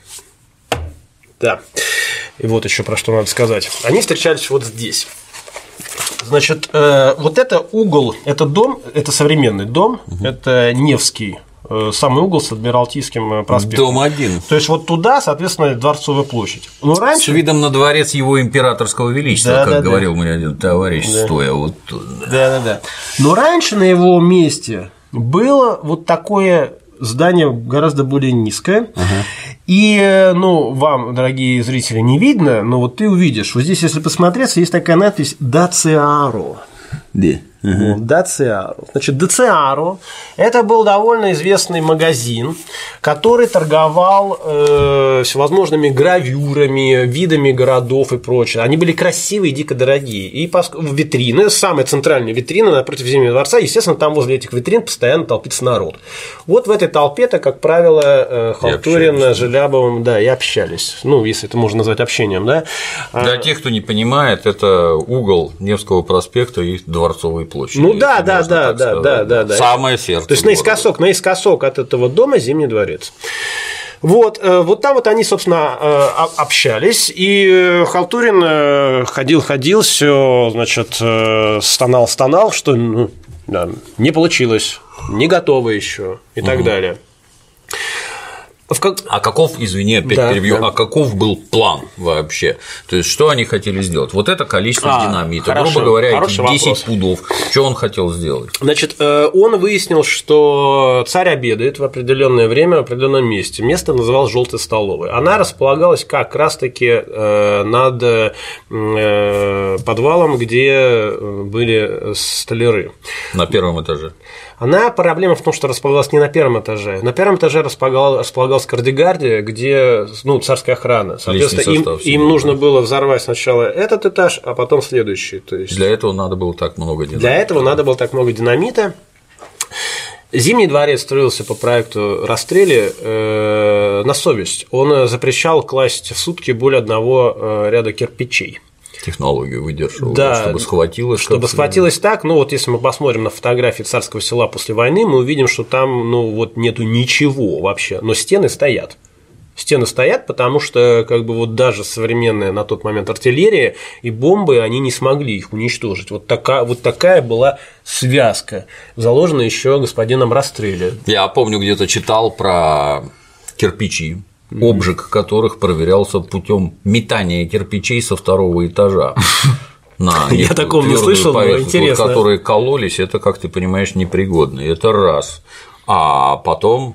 да, и вот еще про что надо сказать. Они встречались вот здесь. Значит, э, вот это угол, это дом, это современный дом, угу. это Невский, э, самый угол с Адмиралтейским проспектом. Дом один. То есть вот туда, соответственно, Дворцовая площадь. Но раньше... С видом на дворец его императорского величества, да, как да, говорил да. мне один товарищ, да. стоя вот тут. Да, да, да. Но раньше на его месте было вот такое здание гораздо более низкое. Ага. И, ну, вам, дорогие зрители, не видно, но вот ты увидишь. Вот здесь, если посмотреться, есть такая надпись «Дациаро». Да. Uh-huh. Дациару. Значит, Дациару – это был довольно известный магазин, который торговал э, всевозможными гравюрами, видами городов и прочее. Они были красивые и дико дорогие. И витрины, самая центральная витрина напротив Зимнего дворца, естественно, там возле этих витрин постоянно толпится народ. Вот в этой толпе-то, как правило, Халтурин с Желябовым, да, и общались. Ну, если это можно назвать общением, да. Для тех, кто не понимает, это угол Невского проспекта и Дворцовой площади. Ну да, да, да, да, да, да, да. Самое сердце. То есть наискосок, наискосок от этого дома Зимний дворец. Вот, вот там вот они, собственно, общались, и Халтурин ходил-ходил, все, значит, стонал-стонал, что ну, да, не получилось, не готово еще и так угу. далее. Как... А каков, извини, опять да, перебью, да. а каков был план вообще? То есть, что они хотели сделать? Вот это количество а, динамита, хорошо, грубо говоря, эти десять вопрос. Пудов. Что он хотел сделать? Значит, он выяснил, что царь обедает в определенное время в определенном месте. Место называлось «Желтой столовой». Она располагалась как раз-таки над подвалом, где были столяры. На первом этаже. Она, проблема в том, что располагалась не на первом этаже. На первом этаже располагалась кардигардия, где ну, царская охрана. Соответственно, им, им нужно было взорвать сначала этот этаж, а потом следующий. То есть... Для этого надо было так много динамита. Для этого надо было так много динамита. Зимний дворец строился по проекту Растрелли э, на совесть. Он запрещал класть в сутки более одного э, ряда кирпичей. Технологию выдерживал, да, чтобы схватилось. Чтобы схватилось так, ну вот если мы посмотрим на фотографии Царского Села после войны, мы увидим, что там ну вот нету ничего вообще, но стены стоят. Стены стоят, потому что как бы вот даже современная на тот момент артиллерия и бомбы, они не смогли их уничтожить. Вот такая, вот такая была связка, заложена еще господином Растрелли. Я помню, где-то читал про кирпичи, обжиг которых проверялся путем метания кирпичей со второго этажа. Я такого не слышал, но интересно. Которые кололись, это, как ты понимаешь, непригодно. Это раз. А потом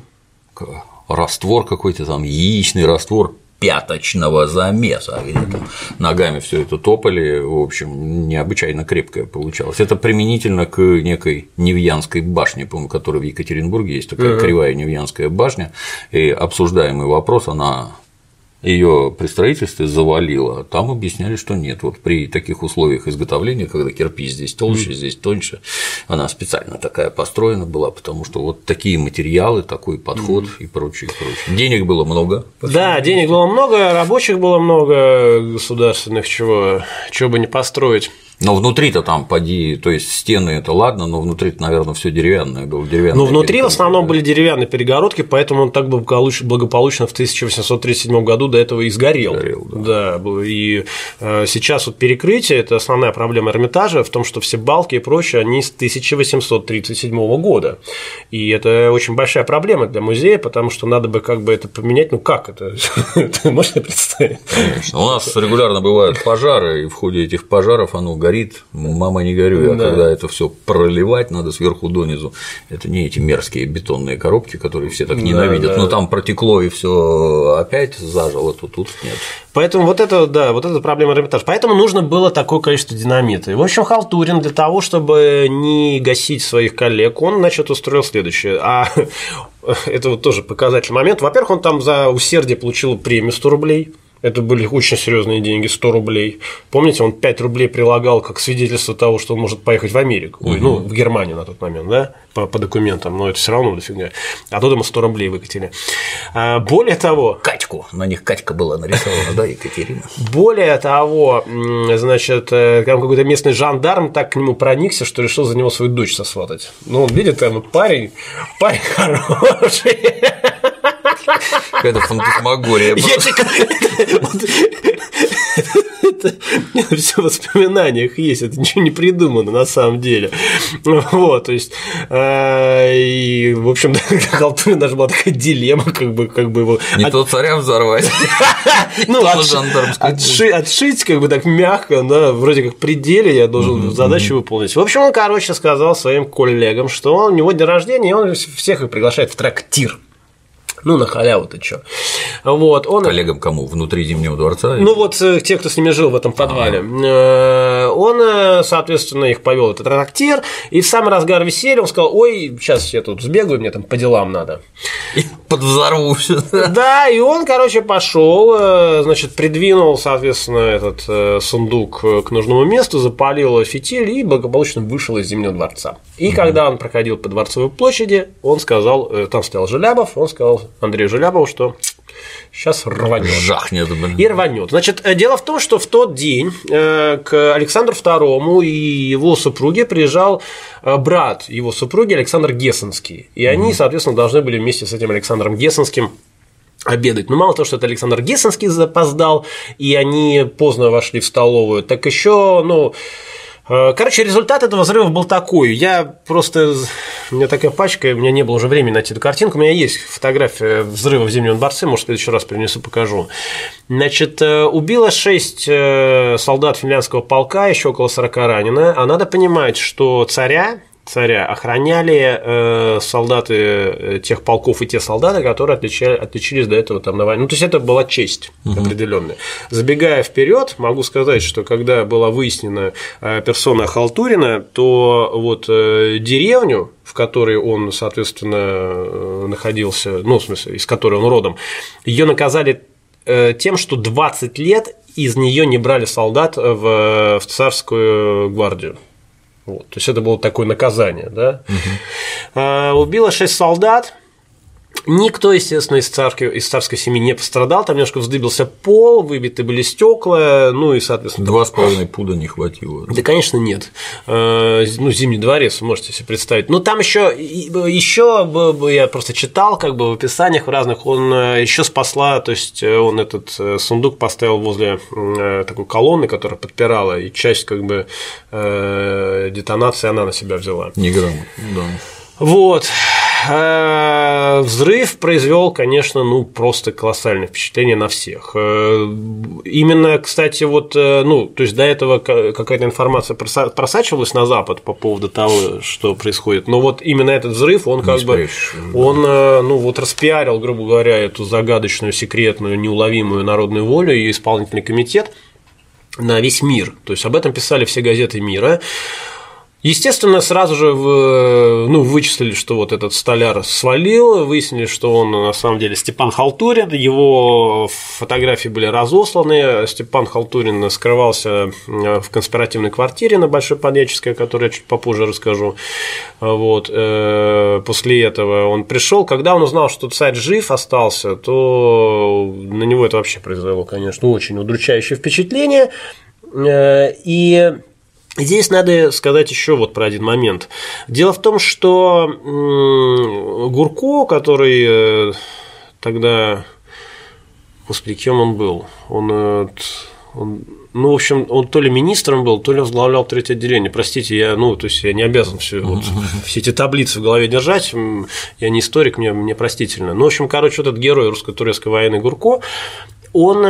раствор какой-то там, яичный раствор пяточного замеса, где там ногами все это топали, в общем, необычайно крепкое получалось. Это применительно к некой Невьянской башне, по-моему, которая в Екатеринбурге есть такая uh-huh. кривая Невьянская башня, и обсуждаемый вопрос, она ее при строительстве завалило. Там объясняли, что нет. Вот при таких условиях изготовления, когда кирпич здесь толще, mm. здесь тоньше, она специально такая построена была, потому что вот такие материалы, такой подход mm. и прочее, прочее. Денег было много. Да, денег было много, рабочих было много, государственных, чего, чего бы не построить. Но внутри-то там поди, то есть стены это ладно, но внутри-то, наверное, все деревянное было. Деревянное ну, внутри в основном были деревянные перегородки, поэтому он так благополучно в тысяча восемьсот тридцать седьмом году до этого и сгорел. сгорел да. да. И сейчас вот перекрытие – это основная проблема Эрмитажа в том, что все балки и прочее, они с тысяча восемьсот тридцать седьмого года. И это очень большая проблема для музея, потому что надо бы как бы это поменять. Ну как это? Можно представить? Конечно. У нас регулярно бывают пожары, и в ходе этих пожаров оно горит, мама не горюй, а да. когда это все проливать надо сверху донизу, это не эти мерзкие бетонные коробки, которые все так ненавидят, да, да. но там протекло и все опять зажило, то тут нет. Поэтому вот это, да, вот это проблема Эрмитажа. Поэтому нужно было такое количество динамита. И, в общем, Халтурин для того, чтобы не гасить своих коллег, он, значит, устроил следующее. А это вот тоже показательный момент. Во-первых, он там за усердие получил премию сто рублей. Это были очень серьезные деньги, сто рублей. Помните, он пять рублей прилагал как свидетельство того, что он может поехать в Америку, угу. ну, в Германию на тот момент, да, по, по документам, но это все равно дофига. А тут ему сто рублей выкатили. А, более того… Катьку, на них Катька была нарисована, да, Екатерина. Более того, значит, там какой-то местный жандарм так к нему проникся, что решил за него свою дочь сосватать. Ну, он видит, там парень, парень хороший. Какая-то фантасмагория. Это все в воспоминаниях есть, это ничего не придумано на самом деле. Вот, то есть, и, в общем, Халтурин даже была такая дилемма, как бы, как бы его. Не то царя взорвать. Ну, отшить, как бы так мягко, да, вроде как при деле я должен задачу выполнить. В общем, он, короче, сказал своим коллегам, что у него день рождения, и он всех их приглашает в трактир. Ну, на халяву-то чё. Вот, он... Коллегам кому? Внутри Зимнего дворца? Ну, вот те, кто с ними жил в этом подвале. А-а-а. Он, соответственно, их повел в этот трактир, и в самый разгар веселья он сказал: ой, сейчас я тут сбегаю, мне там по делам надо. И подвзорвался. Да, и он, короче, пошел, значит, придвинул, соответственно, этот сундук к нужному месту, запалил фитиль и благополучно вышел из Зимнего дворца. И угу. когда он проходил по Дворцовой площади, он сказал, там стоял Желябов, он сказал Андрею Желябову, что сейчас рванет. Жахнет, блин. И рванет. Значит, дело в том, что в тот день к Александру второму и его супруге приезжал брат его супруги Александр Гессенский. И они, соответственно, должны были вместе с этим Александром Гессенским обедать. Но мало того, что это Александр Гессенский запоздал, и они поздно вошли в столовую, так еще, ну. Короче, результат этого взрыва был такой. Я просто. У меня такая пачка, у меня не было уже времени найти эту картинку. У меня есть фотография взрыва в Зимнем дворце, может, в следующий раз принесу, покажу. Значит, убило шесть солдат финляндского полка, еще около сорока ранено. А надо понимать, что царя. Царя охраняли э, солдаты тех полков и те солдаты, которые отличали, отличились до этого там на войне. Ну, то есть это была честь угу. определенная. Забегая вперед, могу сказать, что когда была выяснена э, персона Халтурина, то вот э, деревню, в которой он, соответственно, э, находился, ну, в смысле, из которой он родом, ее наказали э, тем, что двадцать лет из нее не брали солдат в, в царскую гвардию. Вот, то есть это было такое наказание, да? Угу. А, убило шесть солдат. Никто, естественно, из царской, из царской семьи не пострадал, там немножко вздыбился пол, выбиты были стекла, ну и, соответственно. Два с половиной пуда не хватило. Да, конечно, нет. Ну, Зимний дворец, можете себе представить. Но там еще, еще я просто читал, как бы в описаниях в разных, он еще спасла, то есть он этот сундук поставил возле такой колонны, которая подпирала, и часть, как бы, детонации она на себя взяла. Неграмотно, да. Вот. Взрыв произвел, конечно, ну просто колоссальное впечатление на всех. Именно, кстати, вот, ну, то есть до этого какая-то информация просачивалась на Запад по поводу того, что происходит, но вот именно этот взрыв, он как бы, он, ну, вот распиарил, грубо говоря, эту загадочную, секретную, неуловимую народную волю и исполнительный комитет на весь мир. То есть об этом писали все газеты мира. Естественно, сразу же ну, вычислили, что вот этот столяр свалил, выяснили, что он на самом деле Степан Халтурин, его фотографии были разосланы, Степан Халтурин скрывался в конспиративной квартире на Большой Подьяческой, о которой я чуть попозже расскажу. Вот. После этого он пришел, когда он узнал, что царь жив остался, то на него это вообще произвело, конечно, очень удручающее впечатление. И здесь надо сказать еще вот про один момент. Дело в том, что Гурко, который тогда, господи, кем он был? Он, он, ну, в общем, он то ли министром был, то ли возглавлял третье отделение. Простите, я, ну, то есть я не обязан все, вот, все эти таблицы в голове держать. Я не историк, мне, мне простительно. Ну, в общем, короче, вот этот герой русско-турецкой войны Гурко, он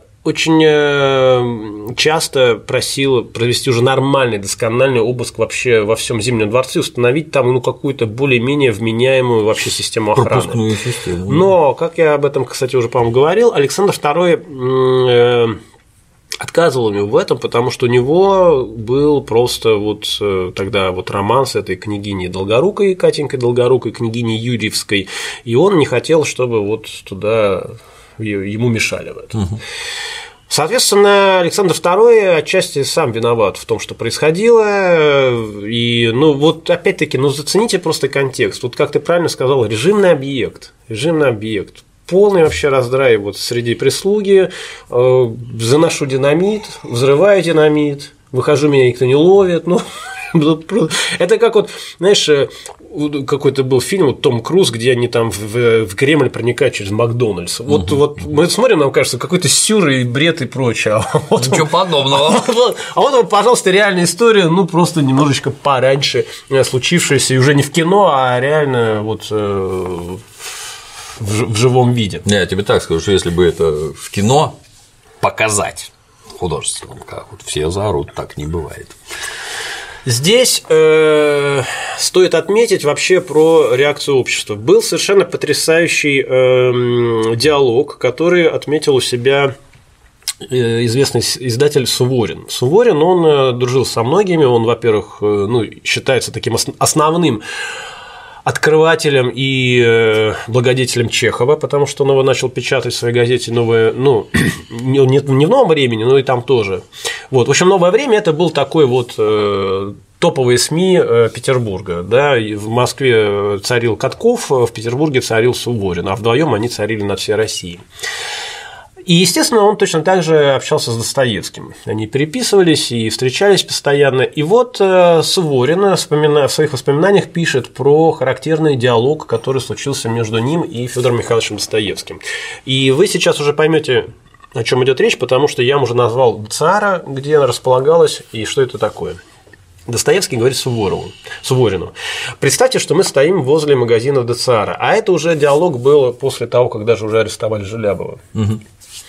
очень часто просил провести уже нормальный, доскональный обыск вообще во всем Зимнем дворце, установить там ну, какую-то более-менее вменяемую вообще систему охраны. Пропускную систему. Но, как я об этом, кстати, уже, по-моему, говорил, Александр второй отказывал ему в этом, потому что у него был просто вот тогда вот роман с этой княгиней Долгорукой, Катенькой Долгорукой, княгиней Юрьевской, и он не хотел, чтобы вот туда ему мешали в этом. Угу. Соответственно, Александр второй отчасти сам виноват в том, что происходило. И, ну, вот опять-таки, ну, зацените просто контекст. Вот как ты правильно сказал, режимный объект. Режимный объект. Полный вообще раздрай вот среди прислуги. Э, заношу динамит, взрываю динамит, выхожу, меня никто не ловит. Ну, это как вот, знаешь, какой-то был фильм, вот Том Круз, где они там в, в Кремль проникают через Макдональдс. Вот, угу. вот мы смотрим, нам кажется, какой-то сюр и бред и прочее. А вот ничего он, подобного. А вот, а вот, пожалуйста, реальная история, ну просто немножечко пораньше случившаяся, и уже не в кино, а реально вот в, в живом виде. Не, я тебе так скажу, что если бы это в кино показать художественном, как вот все заорут, так не бывает. Здесь э, стоит отметить вообще про реакцию общества. Был совершенно потрясающий э, диалог, который отметил у себя известный издатель Суворин. Суворин, он дружил со многими, он, во-первых, ну, считается таким основным открывателем и благодетелем Чехова, потому что он его начал печатать в своей газете «Новое», ну, не в «Новом времени», но и там тоже. Вот. В общем, «Новое время» – это был такой вот топовые СМИ Петербурга. Да? В Москве царил Катков, в Петербурге царил Суворин, а вдвоем они царили над всей Россией. И, естественно, он точно так же общался с Достоевским. Они переписывались и встречались постоянно. И вот Суворин в своих воспоминаниях пишет про характерный диалог, который случился между ним и Федором Михайловичем Достоевским. И вы сейчас уже поймете, о чем идет речь, потому что я уже назвал ЦАРа, где она располагалась и что это такое. Достоевский говорит Суворову, Суворину: представьте, что мы стоим возле магазина ДЦАРа, а это уже диалог был после того, как даже уже арестовали Желябова. Угу.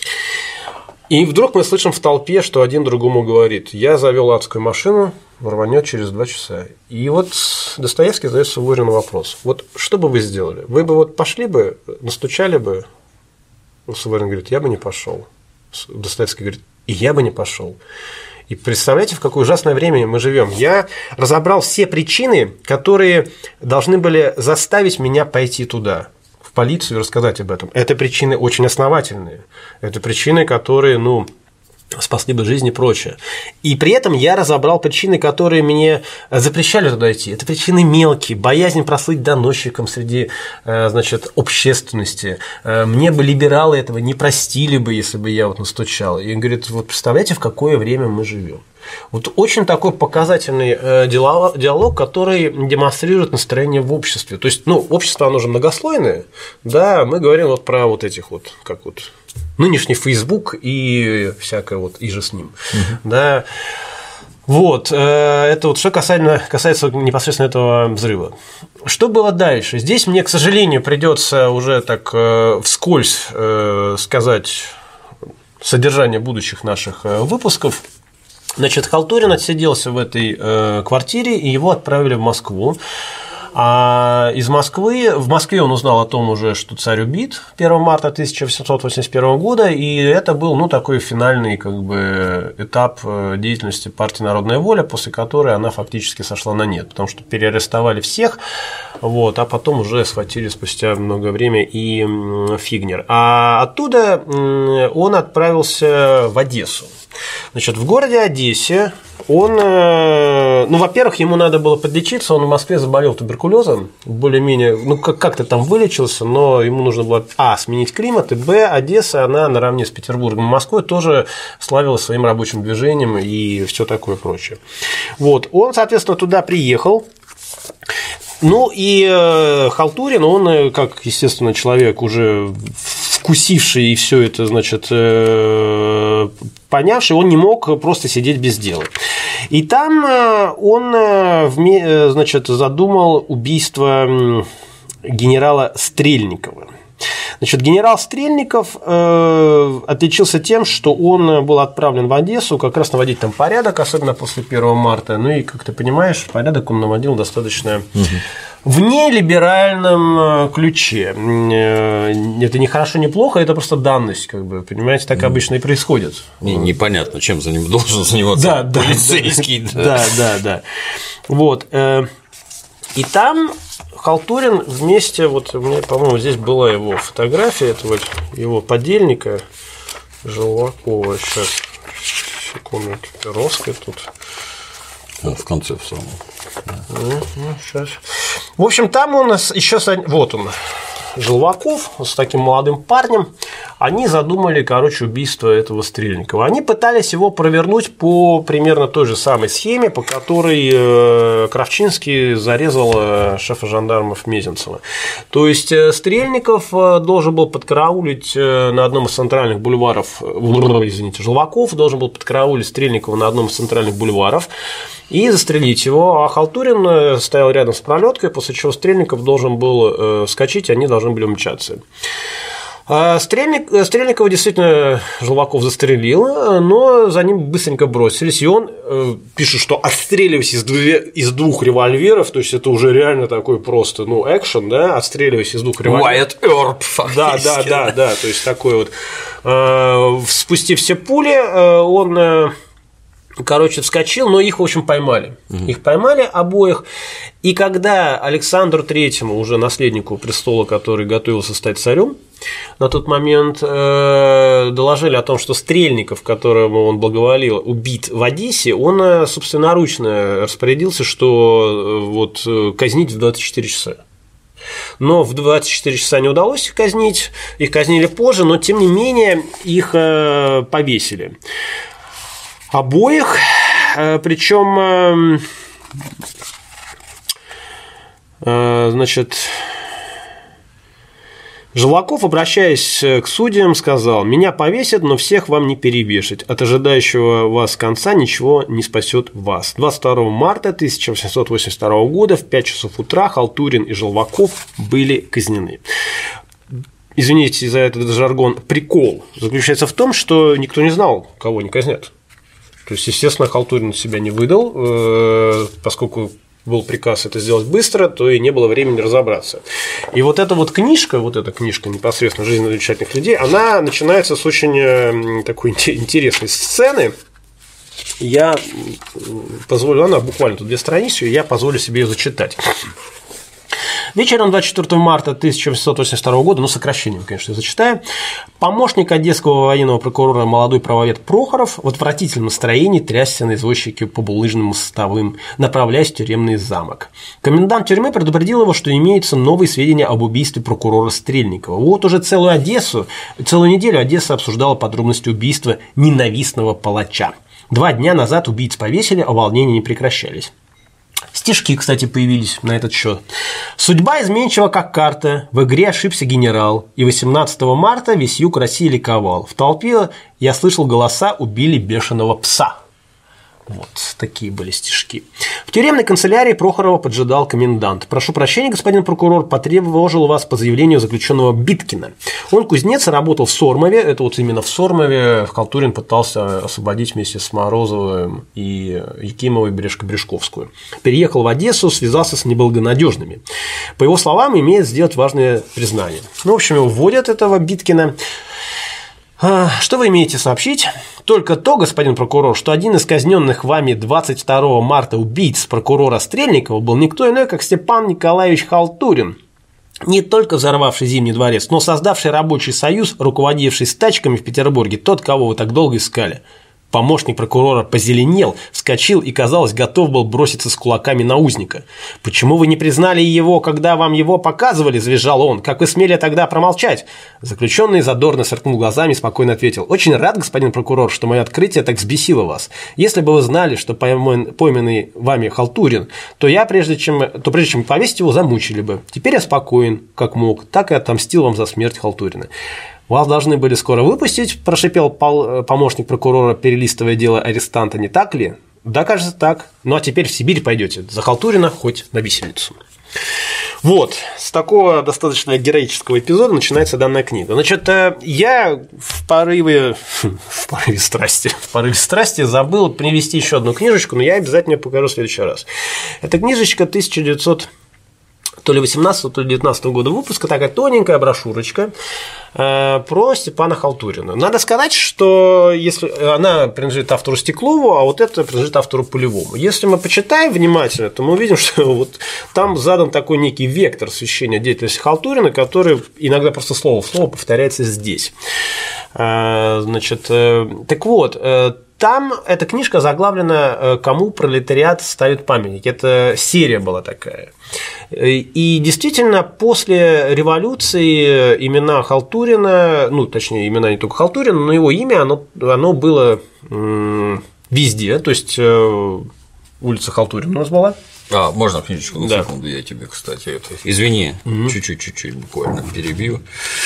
И вдруг мы слышим в толпе, что один другому говорит: я завел адскую машину, рванет через два часа. И вот Достоевский задает Суворину вопрос: вот что бы вы сделали? Вы бы вот пошли бы, настучали бы? Суворин говорит: я бы не пошел. Достоевский говорит: и я бы не пошел. И представляете, в какое ужасное время мы живем. Я разобрал все причины, которые должны были заставить меня пойти туда, в полицию, и рассказать об этом. Это причины очень основательные. Это причины, которые, ну, спасли бы жизнь и прочее. И при этом я разобрал причины, которые мне запрещали туда идти. Это причины мелкие, боязнь прослыть доносчиком среди, значит, общественности. Мне бы либералы этого не простили бы, если бы я вот настучал. И он говорит: вот представляете, в какое время мы живем. Вот очень такой показательный диалог, который демонстрирует настроение в обществе. То есть, ну, общество, оно же многослойное, да, мы говорим вот про вот этих вот, как вот, нынешний Facebook и всякое вот иже с ним, угу. Да. Вот, это вот что касательно, касается непосредственно этого взрыва. Что было дальше? Здесь мне, к сожалению, придется уже так вскользь сказать содержание будущих наших выпусков. Значит, Халтурин отсиделся в этой э, квартире, и его отправили в Москву. А из Москвы, в Москве он узнал о том уже, что царь убит первого марта тысяча восемьсот восемьдесят первого года, и это был, ну, такой финальный, как бы, этап деятельности партии «Народная воля», после которой она фактически сошла на нет, потому что переарестовали всех, вот, а потом уже схватили спустя много времени и Фигнер. А оттуда он отправился в Одессу. Значит, в городе Одессе он, ну, во-первых, ему надо было подлечиться, он в Москве заболел туберкулезом, более-менее, ну, как-то там вылечился, но ему нужно было, а, сменить климат, и, б, Одесса, она наравне с Петербургом и Москвой тоже славилась своим рабочим движением и все такое прочее. Вот, он, соответственно, туда приехал. Ну, и Халтурин, он, как, естественно, человек уже вкусивший и все это, значит, понявший, он не мог просто сидеть без дела. И там он, значит, задумал убийство генерала Стрельникова. Значит, генерал Стрельников э, отличился тем, что он был отправлен в Одессу как раз наводить там порядок, особенно после первого марта. Ну и, как ты понимаешь, порядок он наводил достаточно угу. в нелиберальном ключе. Это не хорошо, не плохо, это просто данность, как бы, понимаете, так угу. обычно и происходит. Не, непонятно, чем за ним должен заниматься да, полицейский. Да, да, да, да. Вот. И там Халтурин вместе, вот у меня, по-моему, здесь была его фотография, это вот его подельника Желвакова. Сейчас, секунду, Перовская тут. А, в конце в самом. Ну, ну, сейчас. В общем, там у нас еще, вот он, Желваков с таким молодым парнем, они задумали, короче, убийство этого Стрельникова. Они пытались его провернуть по примерно той же самой схеме, по которой Кравчинский зарезал шефа жандармов Мезенцева. То есть Стрельников должен был подкараулить на одном из центральных бульваров, извините, Желваков должен был подкараулить Стрельникова на одном из центральных бульваров и застрелить его, а Халтурин стоял рядом с пролеткой, после чего Стрельников должен был вскочить, и они должны были умчаться. Стрельник, Стрельникова действительно Желваков застрелил, но за ним быстренько бросились, и он э, пишет, что отстреливаясь из, две, из двух револьверов, то есть это уже реально такой просто, ну, экшен, да, отстреливаясь из двух револьверов. Wyatt Earp, фактически. Да, да, да, да, то есть такой вот. Э, спустив все пули, э, он... Э, Короче, вскочил, но их, в общем, поймали. Угу. Их поймали обоих. И когда Александру Третьему, уже наследнику престола, который готовился стать царем, на тот момент э, доложили о том, что Стрельников, которому он благоволил, убит в Одессе, он собственноручно распорядился, что э, вот, казнить в двадцать четыре часа. Но в двадцать четыре часа не удалось их казнить, их казнили позже, но тем не менее их э, повесили. Обоих, причем, значит, Желваков, обращаясь к судьям, сказал: «Меня повесят, но всех вам не перевешать. От ожидающего вас конца ничего не спасет вас». двадцать второго марта тысяча восемьсот восемьдесят второго года в пять часов утра Халтурин и Желваков были казнены. Извините за этот жаргон, прикол заключается в том, что никто не знал, кого они казнят. То есть, естественно, Халтурин себя не выдал, поскольку был приказ это сделать быстро, то и не было времени разобраться. И вот эта вот книжка, вот эта книжка непосредственно «Жизнь замечательных людей», она начинается с очень такой интересной сцены. Я позволю, она буквально тут две страницы, я позволю себе ее зачитать. Вечером двадцать четвёртого марта тысяча восемьсот восемьдесят второго года, ну, сокращением, конечно, зачитаю, помощник одесского военного прокурора молодой правовед Прохоров в отвратительном настроении трясся на извозчике по булыжным мостовым, направляясь в тюремный замок. Комендант тюрьмы предупредил его, что имеются новые сведения об убийстве прокурора Стрельникова. Вот уже целую Одессу, целую неделю Одесса обсуждала подробности убийства ненавистного палача. Два дня назад убийц повесили, а волнения не прекращались. Стишки, кстати, появились на этот счет. «Судьба изменчива, как карта, в игре ошибся генерал, и восемнадцатого марта весь юг России ликовал. В толпе я слышал голоса, убили бешеного пса». Вот такие были стишки. В тюремной канцелярии Прохорова поджидал комендант. «Прошу прощения, господин прокурор, потребовал вас по заявлению заключенного Биткина. Он кузнец, работал в Сормове». Это вот именно в Сормове Халтурин пытался освободить вместе с Морозовым и Якимовой Бережко-Бережковскую. Переехал в Одессу, связался с неблагонадежными. По его словам, имеет сделать важное признание. Ну, в общем, его вводят, этого Биткина. Что вы имеете сообщить? Только то, господин прокурор, что один из казненных вами двадцать второго марта убийц прокурора Стрельникова был никто иной, как Степан Николаевич Халтурин, не только взорвавший Зимний дворец, но создавший рабочий союз, руководивший стачками в Петербурге, тот, кого вы так долго искали. Помощник прокурора позеленел, вскочил и, казалось, готов был броситься с кулаками на узника. «Почему вы не признали его, когда вам его показывали?» – завизжал он. «Как вы смели тогда промолчать?» Заключенный задорно сверкнул глазами и спокойно ответил: «Очень рад, господин прокурор, что мое открытие так взбесило вас. Если бы вы знали, что пойманный вами Халтурин, то я, прежде чем, то прежде чем повесить его, замучили бы. Теперь я спокоен, как мог, так и отомстил вам за смерть Халтурина». «Вас должны были скоро выпустить», – прошипел помощник прокурора, перелистывая дело арестанта, «не так ли?» «Да, кажется, так. Ну, а теперь в Сибирь пойдете. За Халтурина хоть на виселицу». Вот, с такого достаточно героического эпизода начинается данная книга. Значит, я в порыве, в порыве страсти, в порыве страсти забыл привести еще одну книжечку, но я обязательно ее покажу в следующий раз. Это книжечка тысяча девятьсот то ли восемнадцатого, то ли девятнадцатого года выпуска, такая тоненькая брошюрочка про Степана Халтурина. Надо сказать, что если она принадлежит автору Стеклову, а вот это принадлежит автору Полевому. Если мы почитаем внимательно, то мы увидим, что вот там задан такой некий вектор освещения деятельности Халтурина, который иногда просто слово в слово повторяется здесь. Значит, так вот, там эта книжка заглавлена «Кому пролетариат ставит памятник». Это серия была такая. И действительно, после революции имена Халтурина, ну, точнее, имена не только Халтурина, но его имя, оно, оно было везде. То есть улица Халтурина у нас была. А, можно книжечку на да. секунду, я тебе, кстати, это. Извини, угу. чуть-чуть, чуть-чуть буквально перебью.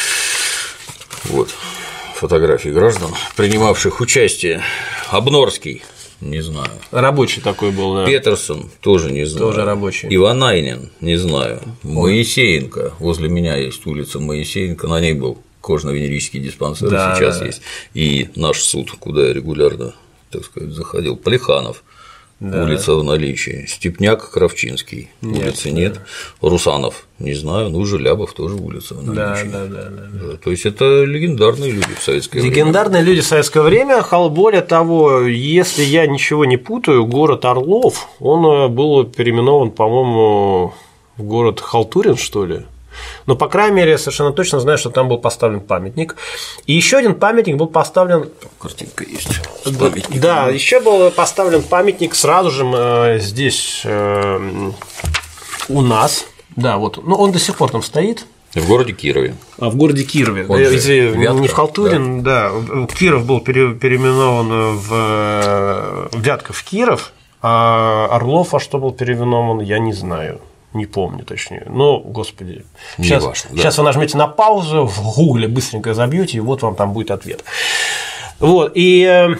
Вот. Фотографии граждан, принимавших участие. Обнорский, не знаю. Рабочий такой был, да. Петерсон, тоже не знаю. Тоже рабочий. Иванайнин, не знаю. Моисеенко, возле меня есть улица Моисеенко, на ней был кожно-венерический диспансер да, сейчас да. есть, и наш суд, куда я регулярно, так сказать, заходил, Плеханов. Да. Улица в наличии. Степняк, Кравчинский. Нет, улицы да. нет. Русанов, не знаю, ну, Желябов тоже улица в наличии. Да, да, да, да, да. То есть это легендарные люди в советское легендарные время. Легендарные люди в советское время. Более того, если я ничего не путаю, город Орлов, он был переименован, по-моему, в город Халтурин, что ли. Но, по крайней мере, я совершенно точно знаю, что там был поставлен памятник. И еще один памятник был поставлен. Картинка есть. Памятник. Да, еще был поставлен памятник сразу же э, здесь э, у нас. Да, вот. Ну, он до сих пор там стоит. В городе Кирове. А в городе Кирове. Он же Вятка, не в Халтурин, да. да. Киров был переименован в Вятка в Киров, а Орлов, а что был переименован, я не знаю. Не помню точнее. Но, господи, сейчас, важно, да. сейчас вы нажмете на паузу, в гугле быстренько забьете, и вот вам там будет ответ. Вот, и,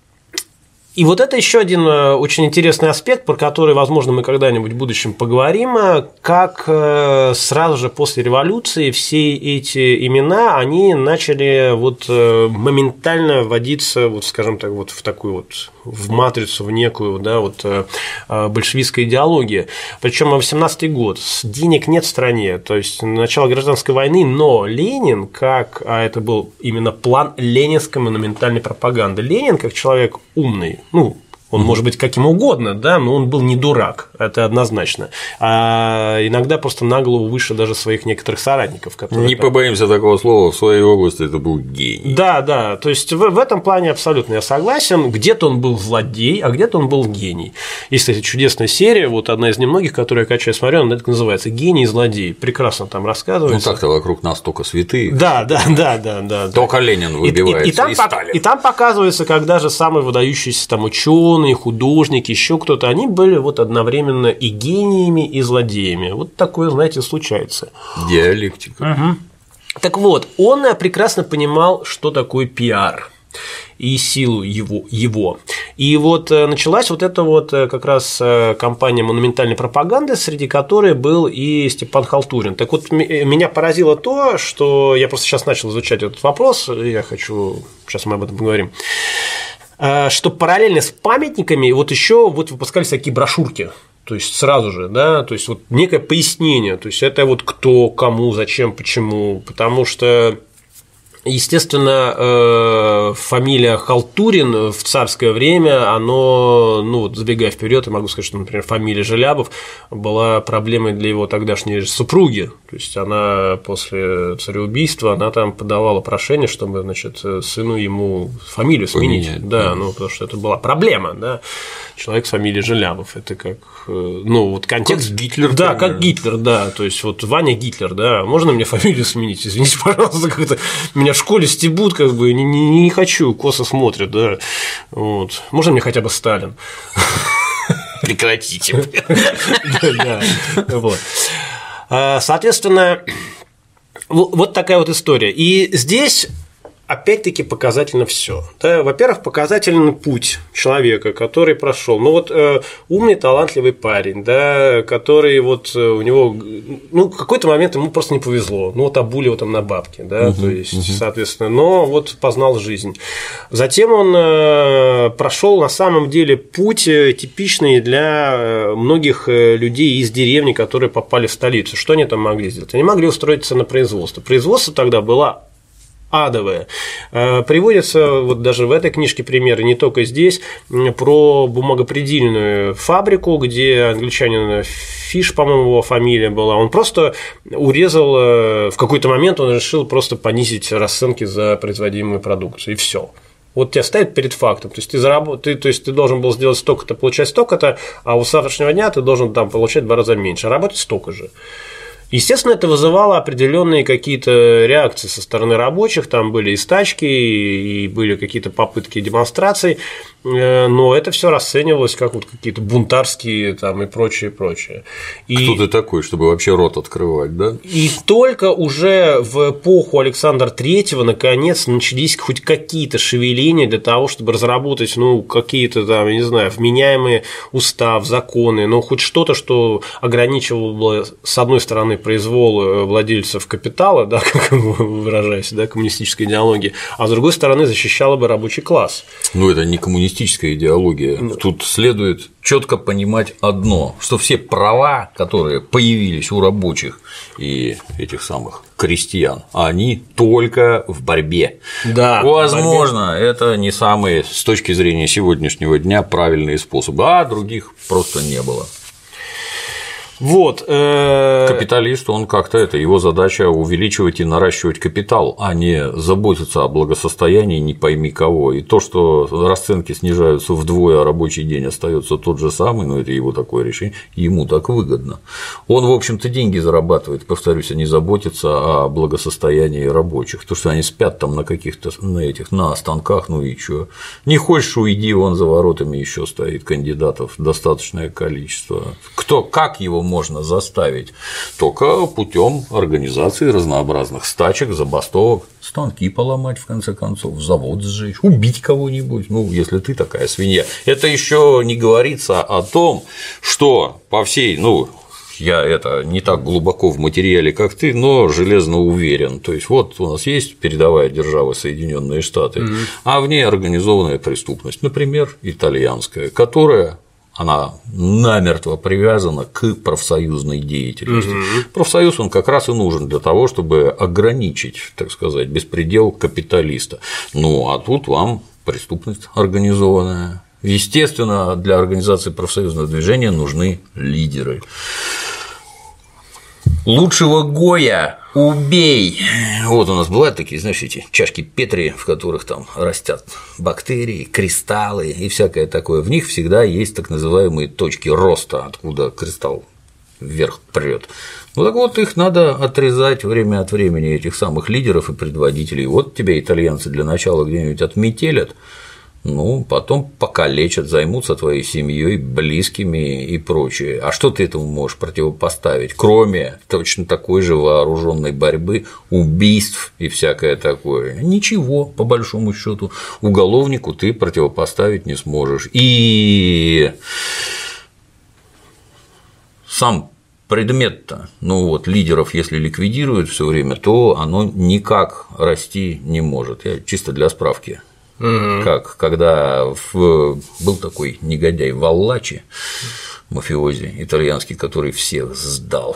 и вот это еще один очень интересный аспект, про который, возможно, мы когда-нибудь в будущем поговорим, как сразу же после революции все эти имена, они начали вот моментально вводиться, вот, скажем так, вот в такую вот в матрицу, в некую, да, вот, большевистской идеологии. Причем восемнадцатый год, денег нет в стране, то есть начало гражданской войны, но Ленин, как, а это был именно план ленинской монументальной пропаганды, Ленин, как человек умный, ну, он может быть каким угодно, да, но он был не дурак, это однозначно. А иногда просто на голову выше даже своих некоторых соратников. Которые не там... побоимся такого слова, в своей области это был гений. Да, да, то есть в, в этом плане абсолютно я согласен. Где-то он был злодей, а где-то он был гений. Есть, кстати, чудесная серия, вот одна из немногих, которую я качаю смотрю, она так называется «Гений и злодей». Прекрасно там рассказывается. Ну так-то вокруг нас только святые. Да, да, да, да, да. Только Ленин выбивается, и, и, и, там, и Сталин. И там показывается, как даже самые выдающиеся там ученые, художники, еще кто-то, они были вот одновременно и гениями, и злодеями. Вот такое, знаете, случается. Диалектика. Угу. Так вот, он прекрасно понимал, что такое пиар и силу его, его. И вот началась вот эта вот как раз кампания монументальной пропаганды, среди которой был и Степан Халтурин. Так вот, меня поразило то, что я просто сейчас начал изучать этот вопрос, и я хочу, сейчас мы об этом поговорим, что параллельно с памятниками вот еще вот выпускались такие брошюрки. То есть сразу же, да, то есть вот некое пояснение, то есть это вот кто, кому, зачем, почему, потому что, естественно, фамилия Халтурин в царское время, оно, ну вот забегая вперед, я могу сказать, что, например, фамилия Желябов была проблемой для его тогдашней супруги, то есть она после цареубийства, она там подавала прошение, чтобы, значит, сыну ему фамилию сменить, поменять, да, да, ну потому что это была проблема, да. Человек с фамилией Желябов, это как, ну, вот контекст. Как Гитлер. Да, как да. Гитлер, да, то есть вот Ваня Гитлер, да, можно мне фамилию сменить, извините, пожалуйста, как-то меня в школе стебут, как бы, не, не, не хочу, косо смотрят, да, вот, можно мне хотя бы Сталин? Прекратите. Да, вот. Соответственно, вот такая вот история, и здесь опять-таки показательно все. Да, во-первых, показательный путь человека, который прошел. Ну вот э, умный, талантливый парень, да, который вот э, у него, ну, в какой-то момент ему просто не повезло. Ну вот обули его там на бабки, да, uh-huh, то есть, uh-huh. соответственно, но вот познал жизнь. Затем он э, прошел на самом деле путь типичный для многих людей из деревни, которые попали в столицу. Что они там могли сделать? Они могли устроиться на производство. Производство тогда было адовое. Приводится вот даже в этой книжке примеры, не только здесь, про бумагопредельную фабрику, где англичанин Фиш, по-моему, его фамилия была, он просто урезал, в какой-то момент он решил просто понизить расценки за производимую продукцию, и все. Вот тебя ставят перед фактом, то есть ты, заработ... ты, то есть ты должен был сделать столько-то, получать столько-то, а у завтрашнего дня ты должен там получать в два раза меньше, а работать столько же. Естественно, это вызывало определенные какие-то реакции со стороны рабочих, там были и стачки, и были какие-то попытки демонстраций, но это все расценивалось как вот какие-то бунтарские там и прочее, прочее. И... Кто ты такой, чтобы вообще рот открывать, да? И только уже в эпоху Александра Третьего наконец начались хоть какие-то шевеления для того, чтобы разработать, ну, какие-то там, не знаю, вменяемые устав, законы, ну, хоть что-то, что ограничивало, с одной стороны, произвол владельцев капитала, да, как выражаясь, да, коммунистической идеологии, а с другой стороны, защищало бы рабочий класс. Ну, это не коммунистическая идеология. Тут следует четко понимать одно, что все права, которые появились у рабочих и этих самых крестьян, они только в борьбе. Да, возможно, борьбе. Это не самые, с точки зрения сегодняшнего дня, правильные способы, а других просто не было. Вот. Капиталист, он как-то это, его задача увеличивать и наращивать капитал, а не заботиться о благосостоянии не пойми кого. И то, что расценки снижаются вдвое, а рабочий день остается тот же самый, ну это его такое решение, ему так выгодно. Он, в общем-то, деньги зарабатывает, повторюсь, а не заботится о благосостоянии рабочих. То, что они спят там на каких-то, на этих, на станках, ну и чё. Не хочешь, уйди, вон за воротами еще стоит кандидатов достаточное количество. Кто, как его можно заставить? Только путем организации разнообразных стачек, забастовок, станки поломать, в конце концов, завод сжечь, убить кого-нибудь, ну, если ты такая свинья. Это еще не говорится о том, что по всей, ну, я это не так глубоко в материале, как ты, но железно уверен. То есть, вот у нас есть передовая держава Соединенные Штаты, mm-hmm. а в ней организованная преступность, например, итальянская, которая она намертво привязана к профсоюзной деятельности. Угу. Профсоюз, он как раз и нужен для того, чтобы ограничить, так сказать, беспредел капиталиста. Ну, а тут вам преступность организованная. Естественно, для организации профсоюзного движения нужны лидеры. Лучшего Гоя убей. Вот у нас бывают такие, знаешь, эти чашки Петри, в которых там растят бактерии, кристаллы и всякое такое. В них всегда есть так называемые точки роста, откуда кристалл вверх прет. Ну так вот, их надо отрезать время от времени, этих самых лидеров и предводителей. Вот тебя итальянцы для начала где-нибудь отметелят, ну, потом покалечат, займутся твоей семьей, близкими и прочее. А что ты этому можешь противопоставить, кроме точно такой же вооруженной борьбы, убийств и всякое такое? Ничего, по большому счету, уголовнику ты противопоставить не сможешь. И сам предмет-то, ну вот, лидеров, если ликвидируют все время, то оно никак расти не может. Я чисто для справки. Угу. Как, когда в... был такой негодяй Валлачи, мафиози итальянский, который всех сдал,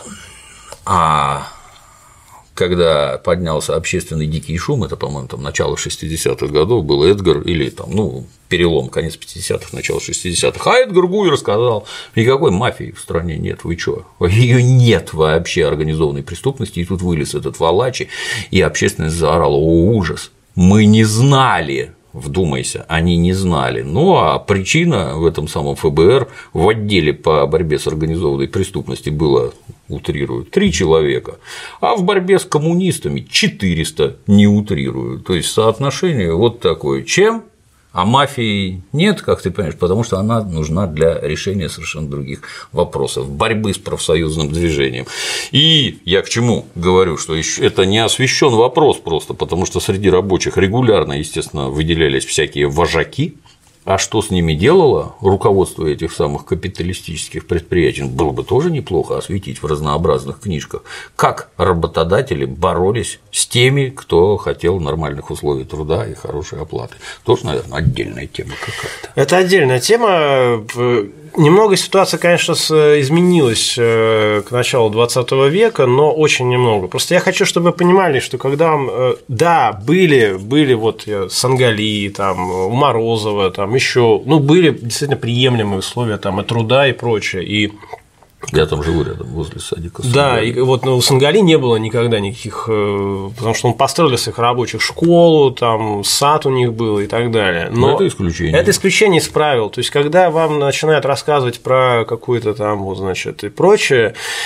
а когда поднялся общественный дикий шум, это, по-моему, там начало шестидесятых годов был Эдгар, или там, ну, перелом, конец пятидесятых, начало шестидесятых, а Эдгар Гуй рассказал, никакой мафии в стране нет, вы чё, ее нет вообще организованной преступности, и тут вылез этот Валлачи, и общественность заорала: о, ужас, мы не знали. Вдумайся, они не знали. Ну а причина в этом самом ФБР в отделе по борьбе с организованной преступностью было, утрирую, три человека, а в борьбе с коммунистами четыреста, не утрирую. То есть соотношение вот такое. Чем? А мафии нет, как ты понимаешь, потому что она нужна для решения совершенно других вопросов, борьбы с профсоюзным движением. И я к чему говорю, что это не освещен вопрос просто, потому что среди рабочих регулярно, естественно, выделялись всякие вожаки. А что с ними делало руководство этих самых капиталистических предприятий, было бы тоже неплохо осветить в разнообразных книжках, как работодатели боролись с теми, кто хотел нормальных условий труда и хорошей оплаты. Тоже, наверное, отдельная тема какая-то. Это отдельная тема. Немного ситуация, конечно, изменилась к началу двадцатого века, но очень немного. Просто я хочу, чтобы вы понимали, что когда, да, были, были вот Сангалии, там, у Морозова, там еще, ну, были действительно приемлемые условия там и труда и прочее. И я там живу рядом, возле садика. Сангалии. Да, и вот у Сангали не было никогда никаких, потому что он построил для своих рабочих школу, там сад у них был и так далее. Но, Но это исключение. Это исключение из правил. То есть, когда вам начинают рассказывать про какую-то там, вот, значит, и прочее,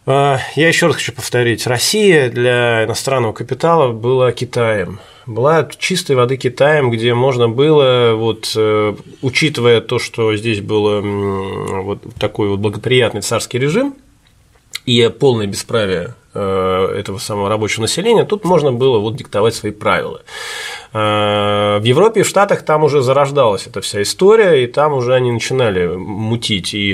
Я еще раз хочу повторить, Россия для иностранного капитала была Китаем. Была чистой воды Китаем, где можно было, вот, учитывая то, что здесь был вот такой вот благоприятный царский режим и полное бесправие этого самого рабочего населения, тут можно было вот диктовать свои правила. В Европе и в Штатах там уже зарождалась эта вся история, и там уже они начинали мутить. И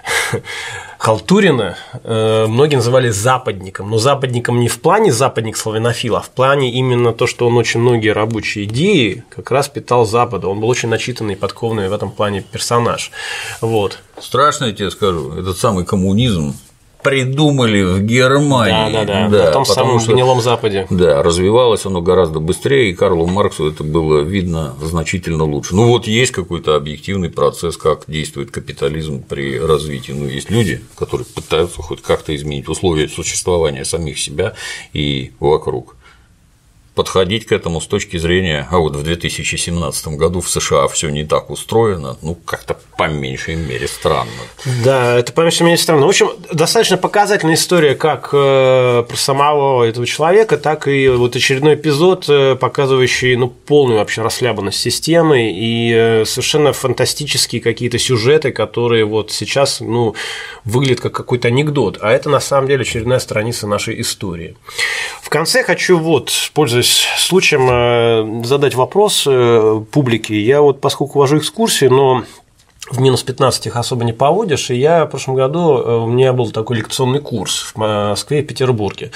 Халтурина многие называли западником, но западником не в плане западник-славянофил, а в плане именно то, что он очень многие рабочие идеи как раз питал Запада. Он был очень начитанный и подкованный в этом плане персонаж. Вот. Страшно я тебе скажу, этот самый коммунизм придумали в Германии. Да, да, да, да, на том самом что, гнилом Западе. Да, развивалось оно гораздо быстрее, и Карлу Марксу это было видно значительно лучше. Ну вот есть какой-то объективный процесс, как действует капитализм при развитии. Ну, есть люди, которые пытаются хоть как-то изменить условия существования самих себя и вокруг. Подходить к этому с точки зрения, а вот в две тысячи семнадцатом году в США все не так устроено, ну, как-то по меньшей мере странно. Да, это по меньшей мере странно. В общем, достаточно показательная история как про самого этого человека, так и вот очередной эпизод, показывающий, ну, полную вообще расхлябанность системы и совершенно фантастические какие-то сюжеты, которые вот сейчас, ну, выглядят как какой-то анекдот, а это на самом деле очередная страница нашей истории. В конце хочу вот, пользуясь случаем, задать вопрос публике. Я вот, поскольку вожу экскурсии, но в минус пятнадцать их особо не поводишь, и я в прошлом году, у меня был такой лекционный курс в Москве и Петербурге.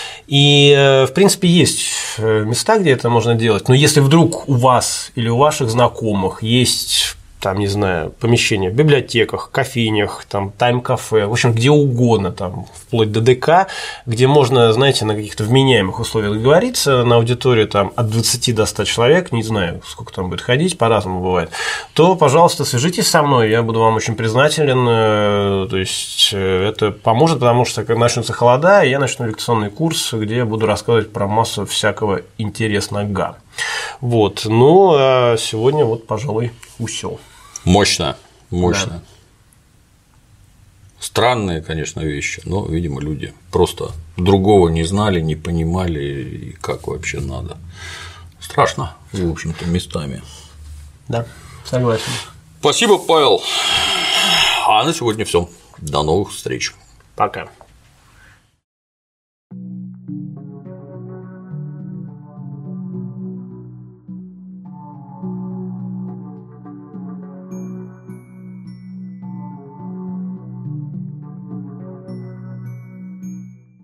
И, в принципе, есть места, где это можно делать, но если вдруг у вас или у ваших знакомых есть, там, не знаю, помещения в библиотеках, кофейнях, там, тайм-кафе, в общем, где угодно, там, вплоть до ДК, где можно, знаете, на каких-то вменяемых условиях договориться, на аудиторию там от двадцати до ста человек, не знаю, сколько там будет ходить, по-разному бывает, то, пожалуйста, свяжитесь со мной, я буду вам очень признателен, то есть это поможет, потому что как начнутся холода, я начну лекционный курс, где я буду рассказывать про массу всякого интересного. Вот, ну, а сегодня вот, пожалуй, усё. Мощно, мощно. Да. Странные, конечно, вещи, но, видимо, люди просто другого не знали, не понимали, и как вообще надо. Страшно, в общем-то, местами. Да, согласен. Спасибо, Павел. А на сегодня все. До новых встреч. Пока.